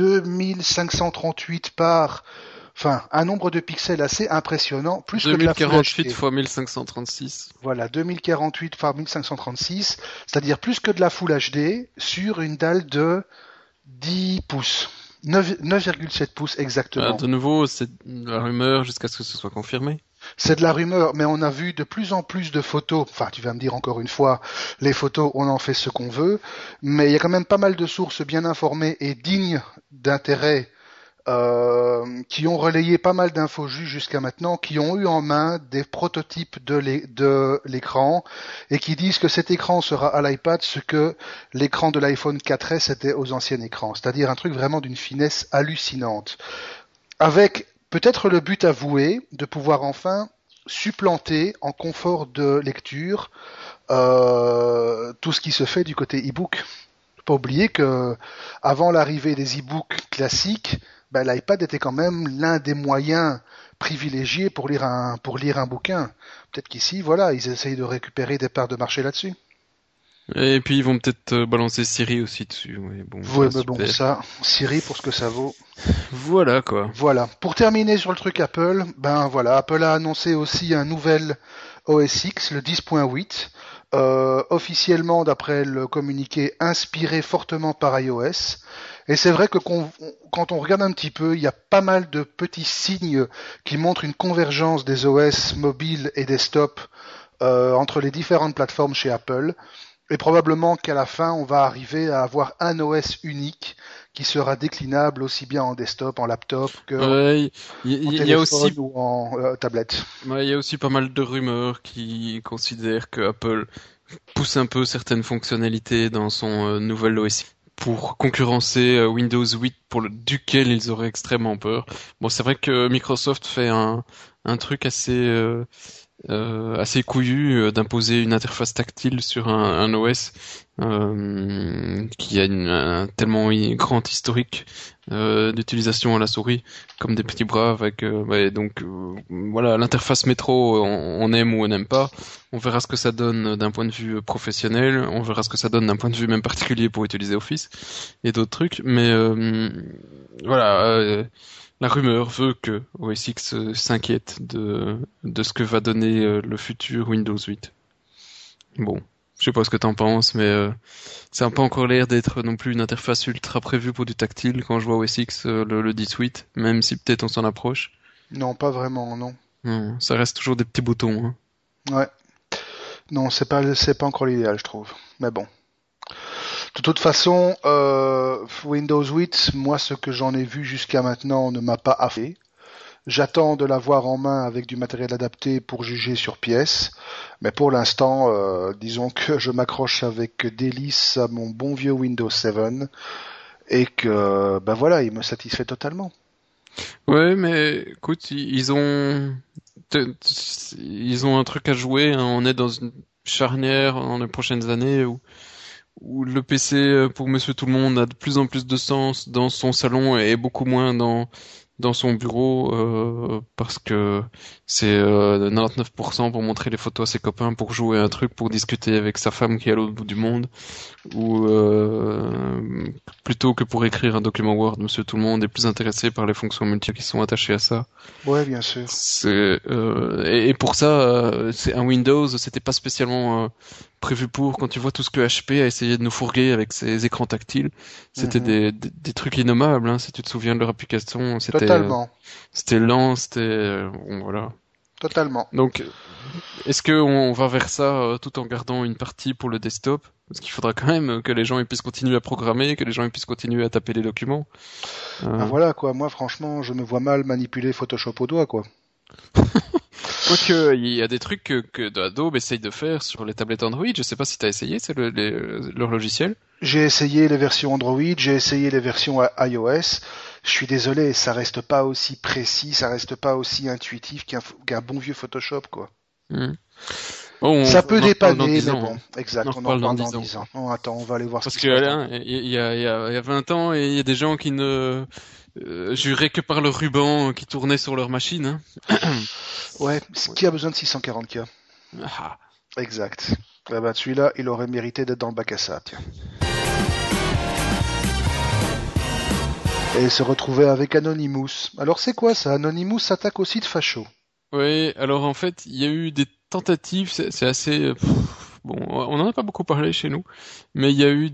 2538 par... Enfin, un nombre de pixels assez impressionnant, plus que de la Full HD. 2048 x 1536. Voilà, 2048 x 1536, c'est-à-dire plus que de la Full HD sur une dalle de 10 pouces. 9,7 pouces exactement. De nouveau, c'est de la rumeur jusqu'à ce que ce soit confirmé. C'est de la rumeur, mais on a vu de plus en plus de photos. Enfin, tu vas me dire encore une fois, les photos, on en fait ce qu'on veut, mais il y a quand même pas mal de sources bien informées et dignes d'intérêt qui ont relayé pas mal d'infos jusqu'à maintenant, qui ont eu en main des prototypes de l'écran et qui disent que cet écran sera à l'iPad ce que l'écran de l'iPhone 4S était aux anciens écrans, c'est-à-dire un truc vraiment d'une finesse hallucinante, avec peut-être le but avoué de pouvoir enfin supplanter en confort de lecture tout ce qui se fait du côté e-book. Faut pas oublier que avant l'arrivée des e-books classiques, ben, l'iPad était quand même l'un des moyens privilégiés pour lire un bouquin. Peut-être qu'ici, voilà, ils essayent de récupérer des parts de marché là-dessus. Et puis ils vont peut-être balancer Siri aussi dessus. Ouais, bon, ouais, mais bon, ça, Siri pour ce que ça vaut. Voilà quoi. Voilà. Pour terminer sur le truc Apple, ben voilà, Apple a annoncé aussi un nouvel OS X, le 10.8. Officiellement, d'après le communiqué, inspiré fortement par iOS. Et c'est vrai que quand on regarde un petit peu, il y a pas mal de petits signes qui montrent une convergence des OS mobiles et desktop entre les différentes plateformes chez Apple. Et probablement qu'à la fin, on va arriver à avoir un OS unique qui sera déclinable aussi bien en desktop, en laptop que en téléphone ou en tablette. Ouais, il y a aussi pas mal de rumeurs qui considèrent que Apple pousse un peu certaines fonctionnalités dans son nouvel OS pour concurrencer Windows 8 duquel ils auraient extrêmement peur. Bon, c'est vrai que Microsoft fait un truc assez couillu d'imposer une interface tactile sur un OS qui a un tellement grand historique d'utilisation à la souris comme des petits bras avec voilà, l'interface métro on aime ou on n'aime pas, on verra ce que ça donne d'un point de vue professionnel, on verra ce que ça donne d'un point de vue même particulier pour utiliser Office et d'autres trucs, mais voilà, la rumeur veut que OS X s'inquiète de ce que va donner le futur Windows 8. Bon, je sais pas ce que t'en penses, mais ça n'a pas encore l'air d'être non plus une interface ultra prévue pour du tactile quand je vois OS X le 10.8, même si peut-être on s'en approche. Non, pas vraiment, non. Non, ça reste toujours des petits boutons. Hein. Ouais. Non, c'est pas encore l'idéal, je trouve. Mais bon. De toute façon, Windows 8, moi, ce que j'en ai vu jusqu'à maintenant ne m'a pas affolé. J'attends de l'avoir en main avec du matériel adapté pour juger sur pièce. Mais pour l'instant, disons que je m'accroche avec délice à mon bon vieux Windows 7 et que, ben voilà, il me satisfait totalement. Ouais, mais écoute, ils ont ils ont un truc à jouer, hein. On est dans une charnière dans les prochaines années où le PC pour Monsieur Tout le Monde a de plus en plus de sens dans son salon et beaucoup moins dans son bureau parce que c'est 99% pour montrer les photos à ses copains, pour jouer à un truc, pour discuter avec sa femme qui est à l'autre bout du monde, ou plutôt que pour écrire un document Word. Monsieur Tout le Monde est plus intéressé par les fonctions multiples qui sont attachées à ça. Ouais, bien sûr. Et pour ça, c'est un Windows, c'était pas spécialement prévu pour. Quand tu vois tout ce que HP a essayé de nous fourguer avec ses écrans tactiles, c'était des trucs innommables, hein. Si tu te souviens de leur application, Totalement. c'était lent, bon, voilà. Totalement. Donc, est-ce que on va vers ça tout en gardant une partie pour le desktop? Parce qu'il faudra quand même que les gens ils puissent continuer à programmer, que les gens ils puissent continuer à taper les documents. Ben voilà quoi, moi franchement, je me vois mal manipuler Photoshop au doigt quoi. Quoique, il y a des trucs que Adobe essaye de faire sur les tablettes Android. Je sais pas si t'as essayé, c'est leur logiciel. J'ai essayé les versions Android, j'ai essayé les versions iOS. Je suis désolé, ça reste pas aussi précis, ça reste pas aussi intuitif qu'un bon vieux Photoshop quoi. Bon, ça peut dépanner, mais ans, bon, hein. exact, on en reparle dans 10 ans. Oh, attends, on va aller voir Parce ce qui se passe. Parce que il y a 20 ans, et il y a des gens qui ne juraient que par le ruban qui tournait sur leur machine. Hein. Ouais, qui a besoin de 640K? Ah. Exact. Eh ben, celui-là, il aurait mérité d'être dans le bac à sable, tiens. Et se retrouver avec Anonymous. Alors c'est quoi ça? Anonymous s'attaque aussi de facho. Oui, alors en fait, il y a eu des tentatives, c'est assez... bon, on en a pas beaucoup parlé chez nous, mais il y a eu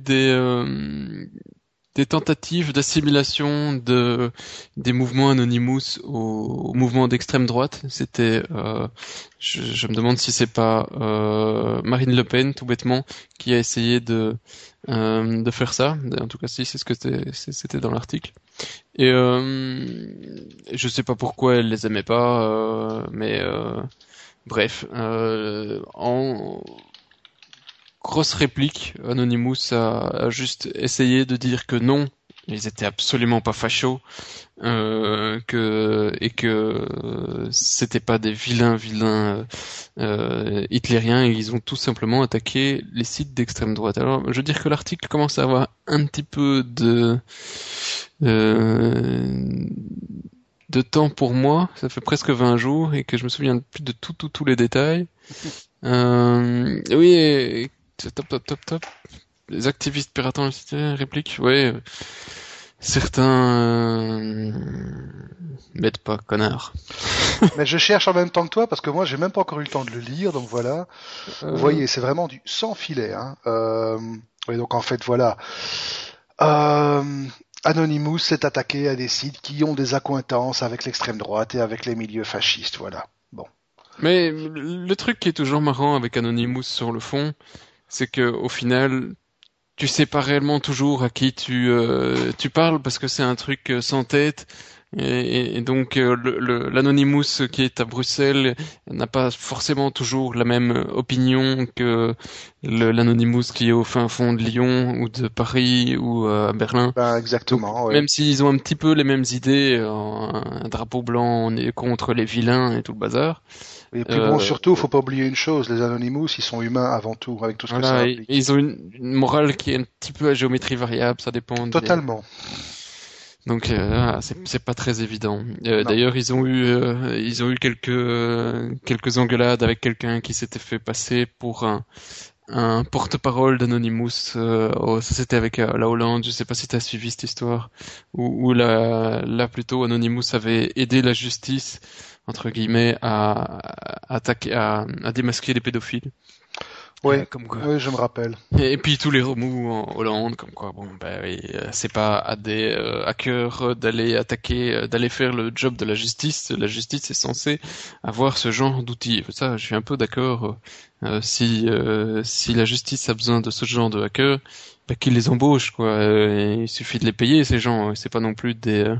des tentatives d'assimilation des mouvements Anonymous aux mouvements d'extrême droite. C'était, je me demande si c'est pas Marine Le Pen, tout bêtement, qui a essayé de faire ça. En tout cas, si c'est ce que c'était dans l'article. Et je sais pas pourquoi elle les aimait pas, mais bref, en grosse réplique, Anonymous a juste essayé de dire que non, ils étaient absolument pas fachos, et que c'était pas des vilains hitlériens, et ils ont tout simplement attaqué les sites d'extrême droite. Alors, je veux dire que l'article commence à avoir un petit peu de temps pour moi, ça fait presque 20 jours, et que je me souviens plus de tous les détails. Oui, top. Les activistes piratants, réplique, ouais. Certains m'aident pas, connard. Mais je cherche en même temps que toi parce que moi j'ai même pas encore eu le temps de le lire, donc voilà. Vous voyez, c'est vraiment du sans filet. Hein. Et donc en fait voilà. Anonymous s'est attaqué à des sites qui ont des accointances avec l'extrême droite et avec les milieux fascistes, voilà. Bon. Mais le truc qui est toujours marrant avec Anonymous sur le fond, c'est que au final, tu sais pas réellement toujours à qui tu parles parce que c'est un truc sans tête. Et donc l'Anonymous qui est à Bruxelles n'a pas forcément toujours la même opinion que l'Anonymous qui est au fin fond de Lyon ou de Paris ou à Berlin. Ben, exactement. Donc, ouais. même s'ils ont un petit peu les mêmes idées, un drapeau blanc, on est contre les vilains et tout le bazar. Et puis bon, surtout, faut pas oublier une chose, les Anonymous, ils sont humains avant tout, avec tout ce que ça implique. Ils ont une morale qui est un petit peu à géométrie variable, ça dépend. Totalement. Donc c'est pas très évident. D'ailleurs, ils ont eu quelques engueulades avec quelqu'un qui s'était fait passer pour un porte-parole d'Anonymous. Ça c'était avec la Hollande. Je sais pas si t'as suivi cette histoire. Où là plutôt Anonymous avait aidé la justice entre guillemets à attaquer, à démasquer les pédophiles. Ouais, oui, je me rappelle. Et puis tous les remous en Hollande, comme quoi, bon, ben oui, c'est pas à des hackers d'aller attaquer, d'aller faire le job de la justice. La justice est censée avoir ce genre d'outils. Ça, je suis un peu d'accord. Si la justice a besoin de ce genre de hackers, ben, qu'ils les embauchent, quoi. Il suffit de les payer, ces gens. C'est pas non plus des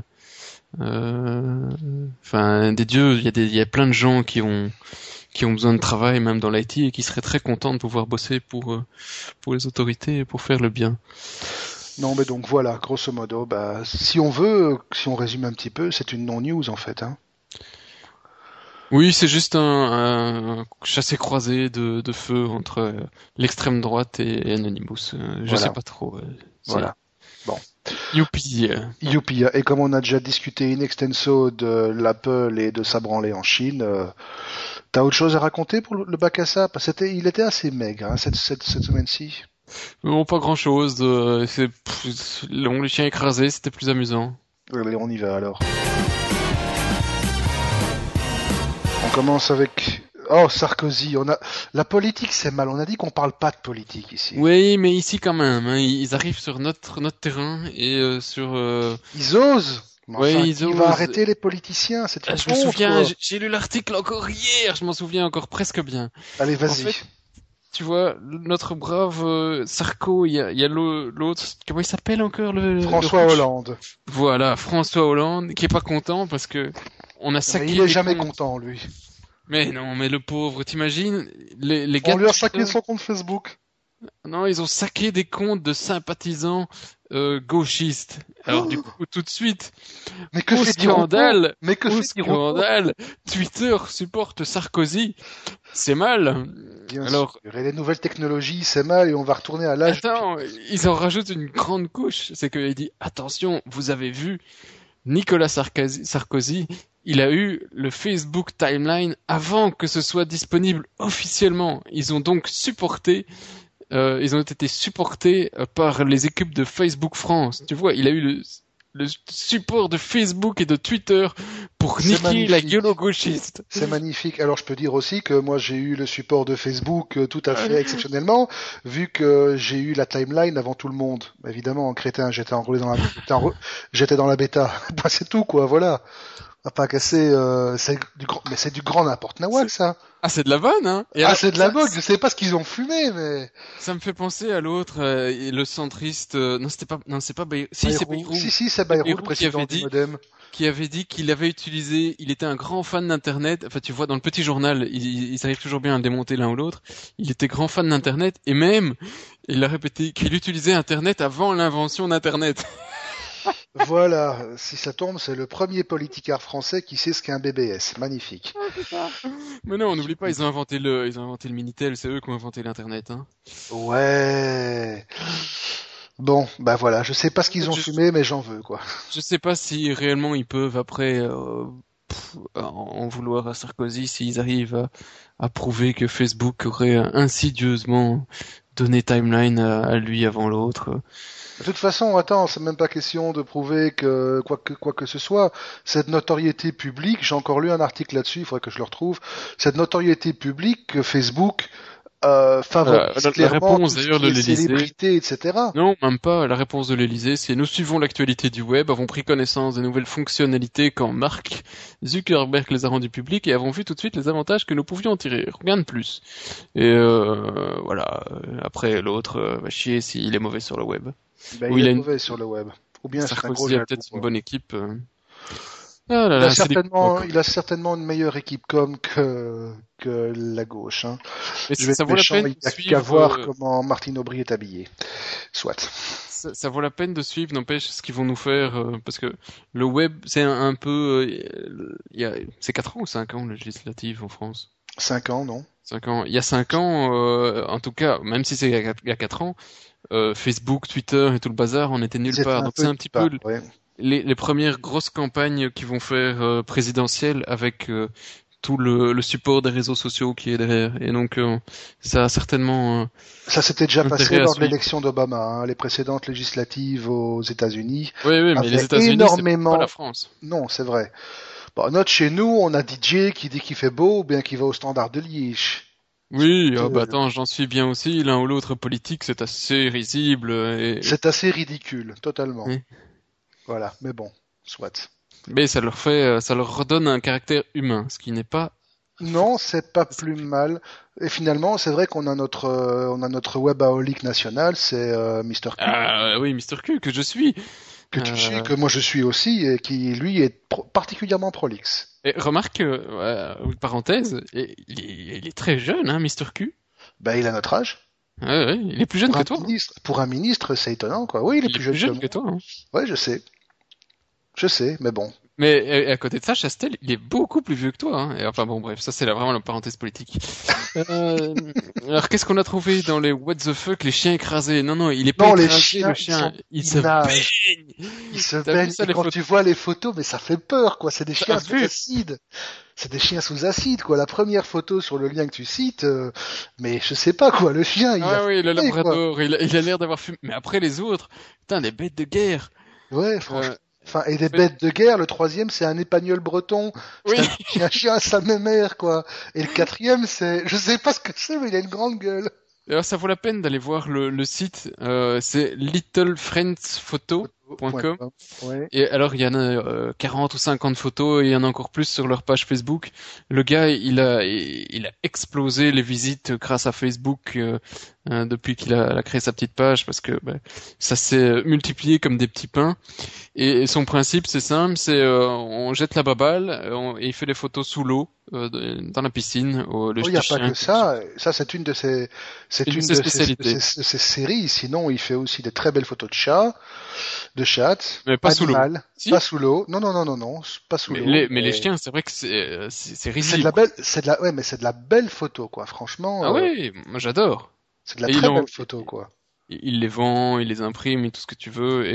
des dieux. Il y a plein de gens qui ont besoin de travail, même dans l'IT, et qui seraient très contents de pouvoir bosser pour les autorités et pour faire le bien. Non, mais donc voilà, grosso modo, si on résume un petit peu, c'est une non-news en fait. Hein. Oui, c'est juste un chassé-croisé de feu entre l'extrême droite et Anonymous. Je sais Voilà, pas trop. C'est voilà. Bon. youpi. Youpi. Et comme on a déjà discuté in extenso de l'Apple et de sa branlée en Chine, t'as autre chose à raconter pour le bac à sable? Il était assez maigre hein, cette semaine-ci. Non, pas grand-chose. Le chien écrasé, c'était plus amusant. Allez, on y va alors. On commence avec... Oh, Sarkozy, la politique, c'est mal. On a dit qu'on parle pas de politique ici. Oui, mais ici quand même, hein, ils arrivent sur notre terrain et Ils osent. Mais ouais, enfin, ils qui va osent. arrêter les politiciens? C'est une Je me honte, souviens, quoi. j'ai lu l'article encore hier, je m'en souviens encore presque bien. Allez, En vas-y. fait, tu vois, notre brave Sarko, il y a l'autre, comment il s'appelle encore le François rouge? Hollande. Voilà, François Hollande, qui est pas content parce que on a Mais il saqué est les jamais comptes. content, lui. Mais non, mais le pauvre, t'imagines, les gars On de lui a saqué Twitter, son compte Facebook. non, ils ont saqué des comptes de sympathisants gauchistes. Alors du Oh, coup, tout de suite, mais que fait Dironto? Mais que au fait Dironto? scandale, Twitter supporte Sarkozy. C'est mal. Bien sûr. Alors, Et les nouvelles technologies, c'est mal et on va retourner à l'âge. attends, ils en rajoutent une grande couche. C'est qu'il dit, attention, vous avez vu, Nicolas Sarkozy, il a eu le Facebook Timeline avant que ce soit disponible officiellement. Ils ont été supportés par les équipes de Facebook France. Tu vois, il a eu le support de Facebook et de Twitter pour C'est niquer la magnifique. gueule aux gauchistes. C'est magnifique. Alors je peux dire aussi que moi j'ai eu le support de Facebook tout à fait exceptionnellement, vu que j'ai eu la timeline avant tout le monde. Évidemment, en crétin, j'étais dans la bêta. Bah, c'est tout quoi, voilà. On va pas casser. Mais c'est du grand n'importe nawak C'est- ça. Ah, c'est de la vanne, hein. Et Ah, alors, c'est de la bogue. Je sais pas ce qu'ils ont fumé, mais ça me fait penser à l'autre, le centriste. Non, c'était pas. Non, c'est pas Bayrou. Si, c'est Bayrou. Bayrou. Si si, c'est C'est Bayrou, le Bayrou président du modem. qui avait dit qu'il avait utilisé. Il était un grand fan d'Internet. Enfin, tu vois, dans le petit journal, ils arrivent toujours bien à le démonter l'un ou l'autre. Il était grand fan d'Internet et même, il a répété qu'il utilisait Internet avant l'invention d'Internet. Voilà. Si ça tombe, c'est le premier politicard français qui sait ce qu'est un BBS. Magnifique. Mais non, on n'oublie pas, ils ont inventé le Minitel, c'est eux qui ont inventé l'Internet, hein. Ouais. Bon, bah voilà, je sais pas ce qu'ils ont Je, fumé, mais j'en veux, quoi. je sais pas si réellement ils peuvent après en vouloir à Sarkozy s'ils arrivent à prouver que Facebook aurait insidieusement donné timeline à lui avant l'autre. De toute façon, attends, c'est même pas question de prouver que quoi que ce soit. Cette notoriété publique, j'ai encore lu un article là-dessus, il faudrait que je le retrouve. Cette notoriété publique que Facebook favorise La clairement réponse tout ce d'ailleurs qui de est l'Élysée, célébrité, etc. non, même pas. La réponse de l'Élysée, c'est nous suivons l'actualité du web, avons pris connaissance des nouvelles fonctionnalités quand Mark Zuckerberg les a rendues publiques et avons vu tout de suite les avantages que nous pouvions en tirer. Rien de plus. Et voilà. Après, l'autre va chier s'il est mauvais sur le web. Ben, Ou il il est a une... mauvais sur le web. Ou bien c'est un gros Sarkozy a jaloux, peut-être une quoi. bonne équipe. Ah là là, c'est des coups. Il a certainement une meilleure équipe que la gauche, hein. Mais Je vais ça être vaut la méchant, peine il de n'y a qu'à suivre. voir comment Martine Aubry est habillée. Soit. Ça vaut la peine de suivre, n'empêche, ce qu'ils vont nous faire, parce que le web, c'est un peu, c'est 4 ans ou 5 ans, le législatif en France? 5 ans, non? 5 ans. Il y a 5 ans, en tout cas, même si c'est il y a 4 ans, Facebook, Twitter et tout le bazar, on était Ils nulle étaient part. un Donc peu c'est un nulle petit part, peu ouais. les premières grosses campagnes qu'ils vont faire présidentielles avec tout le support des réseaux sociaux qui est derrière. Et donc ça a certainement Ça s'était déjà passé intérêt à lors de suivre. l'élection d'Obama, hein. Les précédentes législatives aux États-Unis Oui, oui, mais les avaient États-Unis, c'est pas la énormément. France. Non, c'est vrai. Bon, note chez nous, on a DJ qui dit qu'il fait beau ou bien qu'il va au standard de Liège. Oui, ah bah Euh, attends, j'en suis bien aussi. L'un ou l'autre politique, c'est assez risible. C'est assez ridicule, totalement. Oui. Voilà, mais bon, soit. Mais ça leur redonne un caractère humain, ce qui n'est pas Non, forcément c'est pas plus simple. mal. Et finalement, c'est vrai on a notre webaholic national, c'est Mr. Q, Ah oui, Mister Q, que je suis. que tu suis, Euh, que moi je suis aussi, et qui lui est particulièrement prolixe. et remarque, parenthèse, il est très jeune, hein, Mister Q. Ben, il a notre âge. Ouais, ouais, il est plus jeune que toi. Hein. Pour un ministre, c'est étonnant, quoi. Oui, il est Il est plus plus jeune que jeune que moi. toi. Hein. Ouais, je sais, mais bon. Mais à côté de ça, Chastel, il est beaucoup plus vieux que toi. Hein. Et enfin bon, bref, ça c'est vraiment la parenthèse politique. Euh, alors qu'est-ce qu'on a trouvé dans les what the fuck, les chiens écrasés? Non, non, il est pas Non, les écrasé, le chiens, chien, il se ils nagent, baigne. ils se T'as vu baignent, ça et les quand photos? tu vois les photos, mais ça fait peur, quoi. C'est des T'as chiens sous vu? acide. C'est des chiens sous acide, quoi. La première photo sur le lien que tu cites, mais je sais pas, quoi. Le chien, il a Ah oui, le fumé, quoi. labrador, il a l'air d'avoir fumé. Mais après les autres, putain, les bêtes de guerre. Ouais, Euh, franchement. Enfin, et des fait- bêtes de guerre, le troisième, c'est un épagnol breton. C'est Oui, un chien à sa mère, quoi. Et le quatrième, je sais pas ce que c'est, mais il a une grande gueule. alors ça vaut la peine d'aller voir le site. C'est littlefriendsphoto.com. Photo.com. Ouais. Et alors, il y en a 40 ou 50 photos et il y en a encore plus sur leur page Facebook. Le gars, il a explosé les visites grâce à Facebook depuis qu'il a créé sa petite page parce que ça s'est multiplié comme des petits pains. Et son principe, c'est simple, c'est on jette la baballe et il fait des photos sous l'eau, dans la piscine, le Oh, il n'y a pas chien. que ça. Ça, c'est une de ses, c'est Une de une ses de spécialités. ses séries. Sinon, il fait aussi des très belles photos de chats, de chattes, Mais pas sous l'eau. animales, pas Si, sous l'eau. Non, non, non, non, non, pas sous mais l'eau. les Mais chiens, c'est vrai que c'est c'est de risible, la quoi. belle, ouais, mais c'est de la belle photo, quoi. Franchement, Ah ouais, moi j'adore. c'est de la Et très belle photo, quoi. il les vend, il les imprime et tout ce que tu veux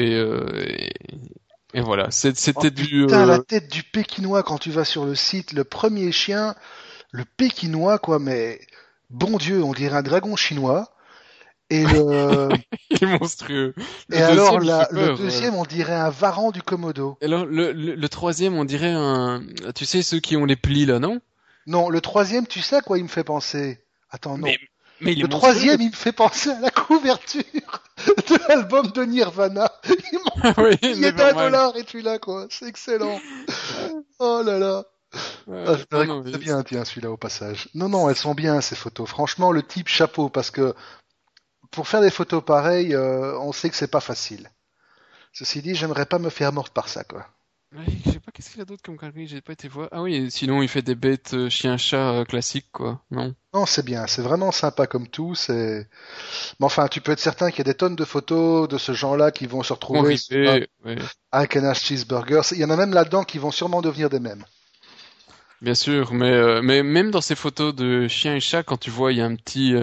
et voilà. Oh C'était du putain, la tête du Pékinois quand tu vas sur le site, le premier chien, le Pékinois, quoi, mais bon Dieu, on dirait un dragon chinois. Et il est monstrueux. et Le alors deuxième, il fait le peur. deuxième, on dirait un varan du Komodo. Et alors le troisième, on dirait tu sais ceux qui ont les plis là, non? Non, le troisième, tu sais à quoi il me fait penser? Attends, non. Mais mais il est Le monstrueux. troisième, il me fait penser à la couverture de l'album de Nirvana. Il manque Ah oui, un billet d'un Nevermind. dollar et tu l'as, quoi. C'est excellent. Oh là là. Ah, je me Non non, très bien, tiens, celui-là au passage. Non, non, elles sont bien, ces photos. Franchement, le type chapeau, parce que pour faire des photos pareilles, on sait que c'est pas facile. Ceci dit, j'aimerais pas me faire mordre par ça, quoi. ouais, je sais pas qu'est-ce qu'il a d'autre comme conneries, j'ai pas été voir. Ah oui, et sinon il fait des bêtes chien-chat classiques quoi. Non. Non, c'est bien, c'est vraiment sympa comme tout. Mais enfin, tu peux être certain qu'il y a des tonnes de photos de ce genre-là qui vont se Bon retrouver sur ripé, ouais. un Canage Cheeseburger. Il y en a même là-dedans qui vont sûrement devenir des mêmes. Bien sûr, mais même dans ces photos de chien et chat, quand tu vois, il y a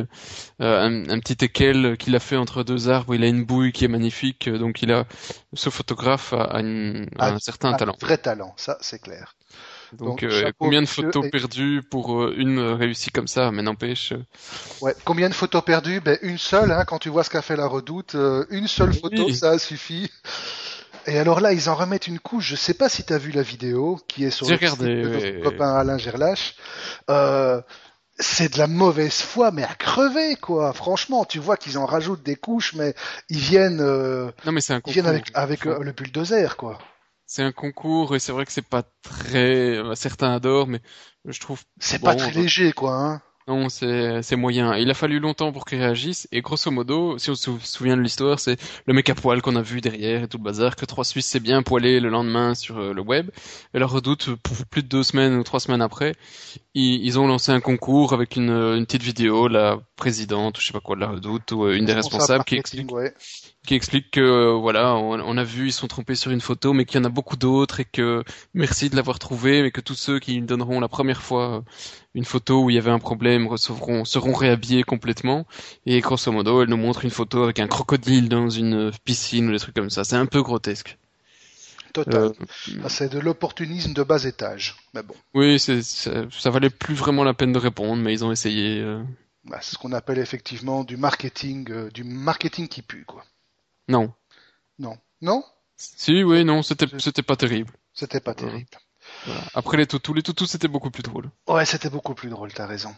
un petit équel qu'il a fait entre deux arbres, il a une bouille qui est magnifique, donc ce photographe a Un, un certain un talent. vrai talent, ça c'est clair. Donc Donc chapeau combien de monsieur. photos perdues pour une réussie comme ça, mais n'empêche. Ouais, combien de photos perdues? Ben une seule, hein, quand tu vois ce qu'a fait la Redoute, une seule photo, Oui, ça a suffi. Et alors là, ils en remettent une couche. Je sais pas si tu as vu la vidéo qui est sur j'ai le site regardé. de notre Ouais. copain Alain Gerlache. Euh, c'est de la mauvaise foi, mais à crever, quoi. Franchement, tu vois qu'ils en rajoutent des couches, mais ils viennent, euh, Non, mais c'est un ils viennent concours. avec le bulldozer, quoi. C'est un concours et c'est vrai que c'est pas très. Certains adorent, mais je trouve C'est pas bon. très léger, quoi, hein. Non, c'est moyen. Il a fallu longtemps pour qu'il réagisse, et grosso modo, si on se souvient de l'histoire, c'est le mec à poil qu'on a vu derrière et tout le bazar, que trois Suisses s'est bien poilé le lendemain sur le web, et la Redoute, pour plus de 2 semaines ou 3 semaines après, ils ont lancé un concours avec une petite vidéo, la présidente, ou je sais pas quoi, de la Redoute, ou une des Responsable responsables marketing, ouais. qui explique que voilà, on a vu, ils sont trompés sur une photo, mais qu'il y en a beaucoup d'autres et que merci de l'avoir trouvé, mais que tous ceux qui donneront la première fois une photo où il y avait un problème seront réhabillés complètement. Et grosso modo, elle nous montre une photo avec un crocodile dans une piscine ou des trucs comme ça. C'est un peu grotesque. Total. Euh, Ah, c'est de l'opportunisme de bas étage. Mais bon, oui, ça valait plus vraiment la peine de répondre, mais ils ont essayé. bah, c'est ce qu'on appelle effectivement du marketing qui pue, quoi. Non. Non, non, Si, oui, non, c'était pas terrible. c'était pas Voilà. terrible. Voilà. Après les toutous c'était beaucoup plus drôle. Ouais, c'était beaucoup plus drôle, t'as raison.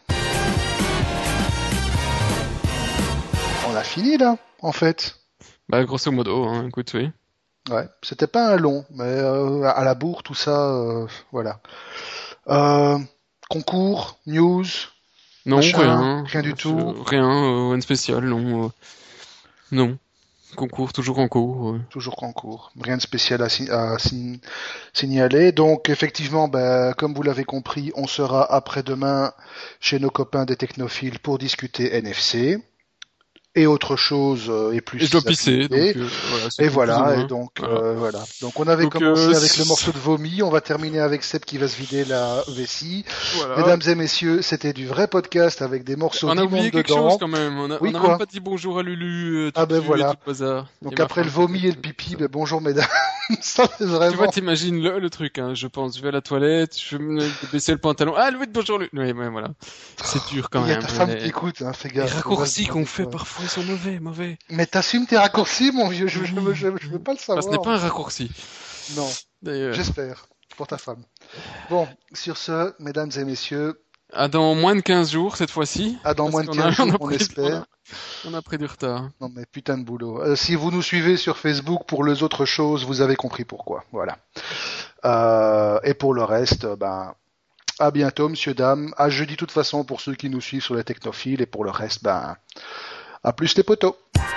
On a fini là, en fait. Bah, grosso modo, hein, écoute, oui. Ouais, c'était pas un long, mais à la bourre, tout ça, voilà. Euh, concours, news, Non, machin, rien. rien du tout. Rien, rien de spécial, non. Non. Concours, toujours en cours. Toujours concours. Rien de spécial signaler. Donc effectivement, ben, comme vous l'avez compris, on sera après-demain chez nos copains des technophiles pour discuter NFC. et autre chose et plus Et je dois six pisser, donc activités. voilà, c'est Et tout, plus ou voilà, et moins. donc Voilà. voilà. Donc on avait Donc, commencé avec le morceau de vomi, on va terminer avec Seb qui va se vider la vessie. voilà. Mesdames et messieurs, c'était du vrai podcast avec des morceaux On a d'immonde oublié quelque chose dedans. quand même. Oui, On a même quoi? pas dit bonjour à Lulu, Ah ben Tutu et tout voilà. le bazar. Et Donc ma après le femme vomi et le peut-être. pipi, ben bonjour mesdames. Ça c'est Tu vois, vraiment. t'imagines le truc, hein, je pense. Je vais à la toilette, je vais me baisser le pantalon. Ah, Louis, bonjour, Louis. Oui, ouais, voilà. C'est dur Il quand y a même. ta femme qui écoute, hein, fais Les gaffe, elle va se raccourcis qu'on demander fait quoi. parfois, ils sont mauvais, mauvais. Mais t'assumes tes raccourcis, mon vieux, Oui. je veux pas le Enfin, ce n'est savoir. pas un raccourci, Non, d'ailleurs. j'espère, pour ta femme. Bon, sur ce, mesdames et messieurs, Ah, dans moins de 15 jours, cette fois-ci. à dans Parce moins de qu'on 15 a, jours, on espère. on a pris du retard. Non mais putain de boulot. Si vous nous suivez sur Facebook pour les autres choses, vous avez compris pourquoi. Voilà. Et pour le reste, ben, à bientôt, monsieur, dame. À jeudi, de toute façon, pour ceux qui nous suivent sur les technophiles. Et pour le reste, ben, à plus les potos.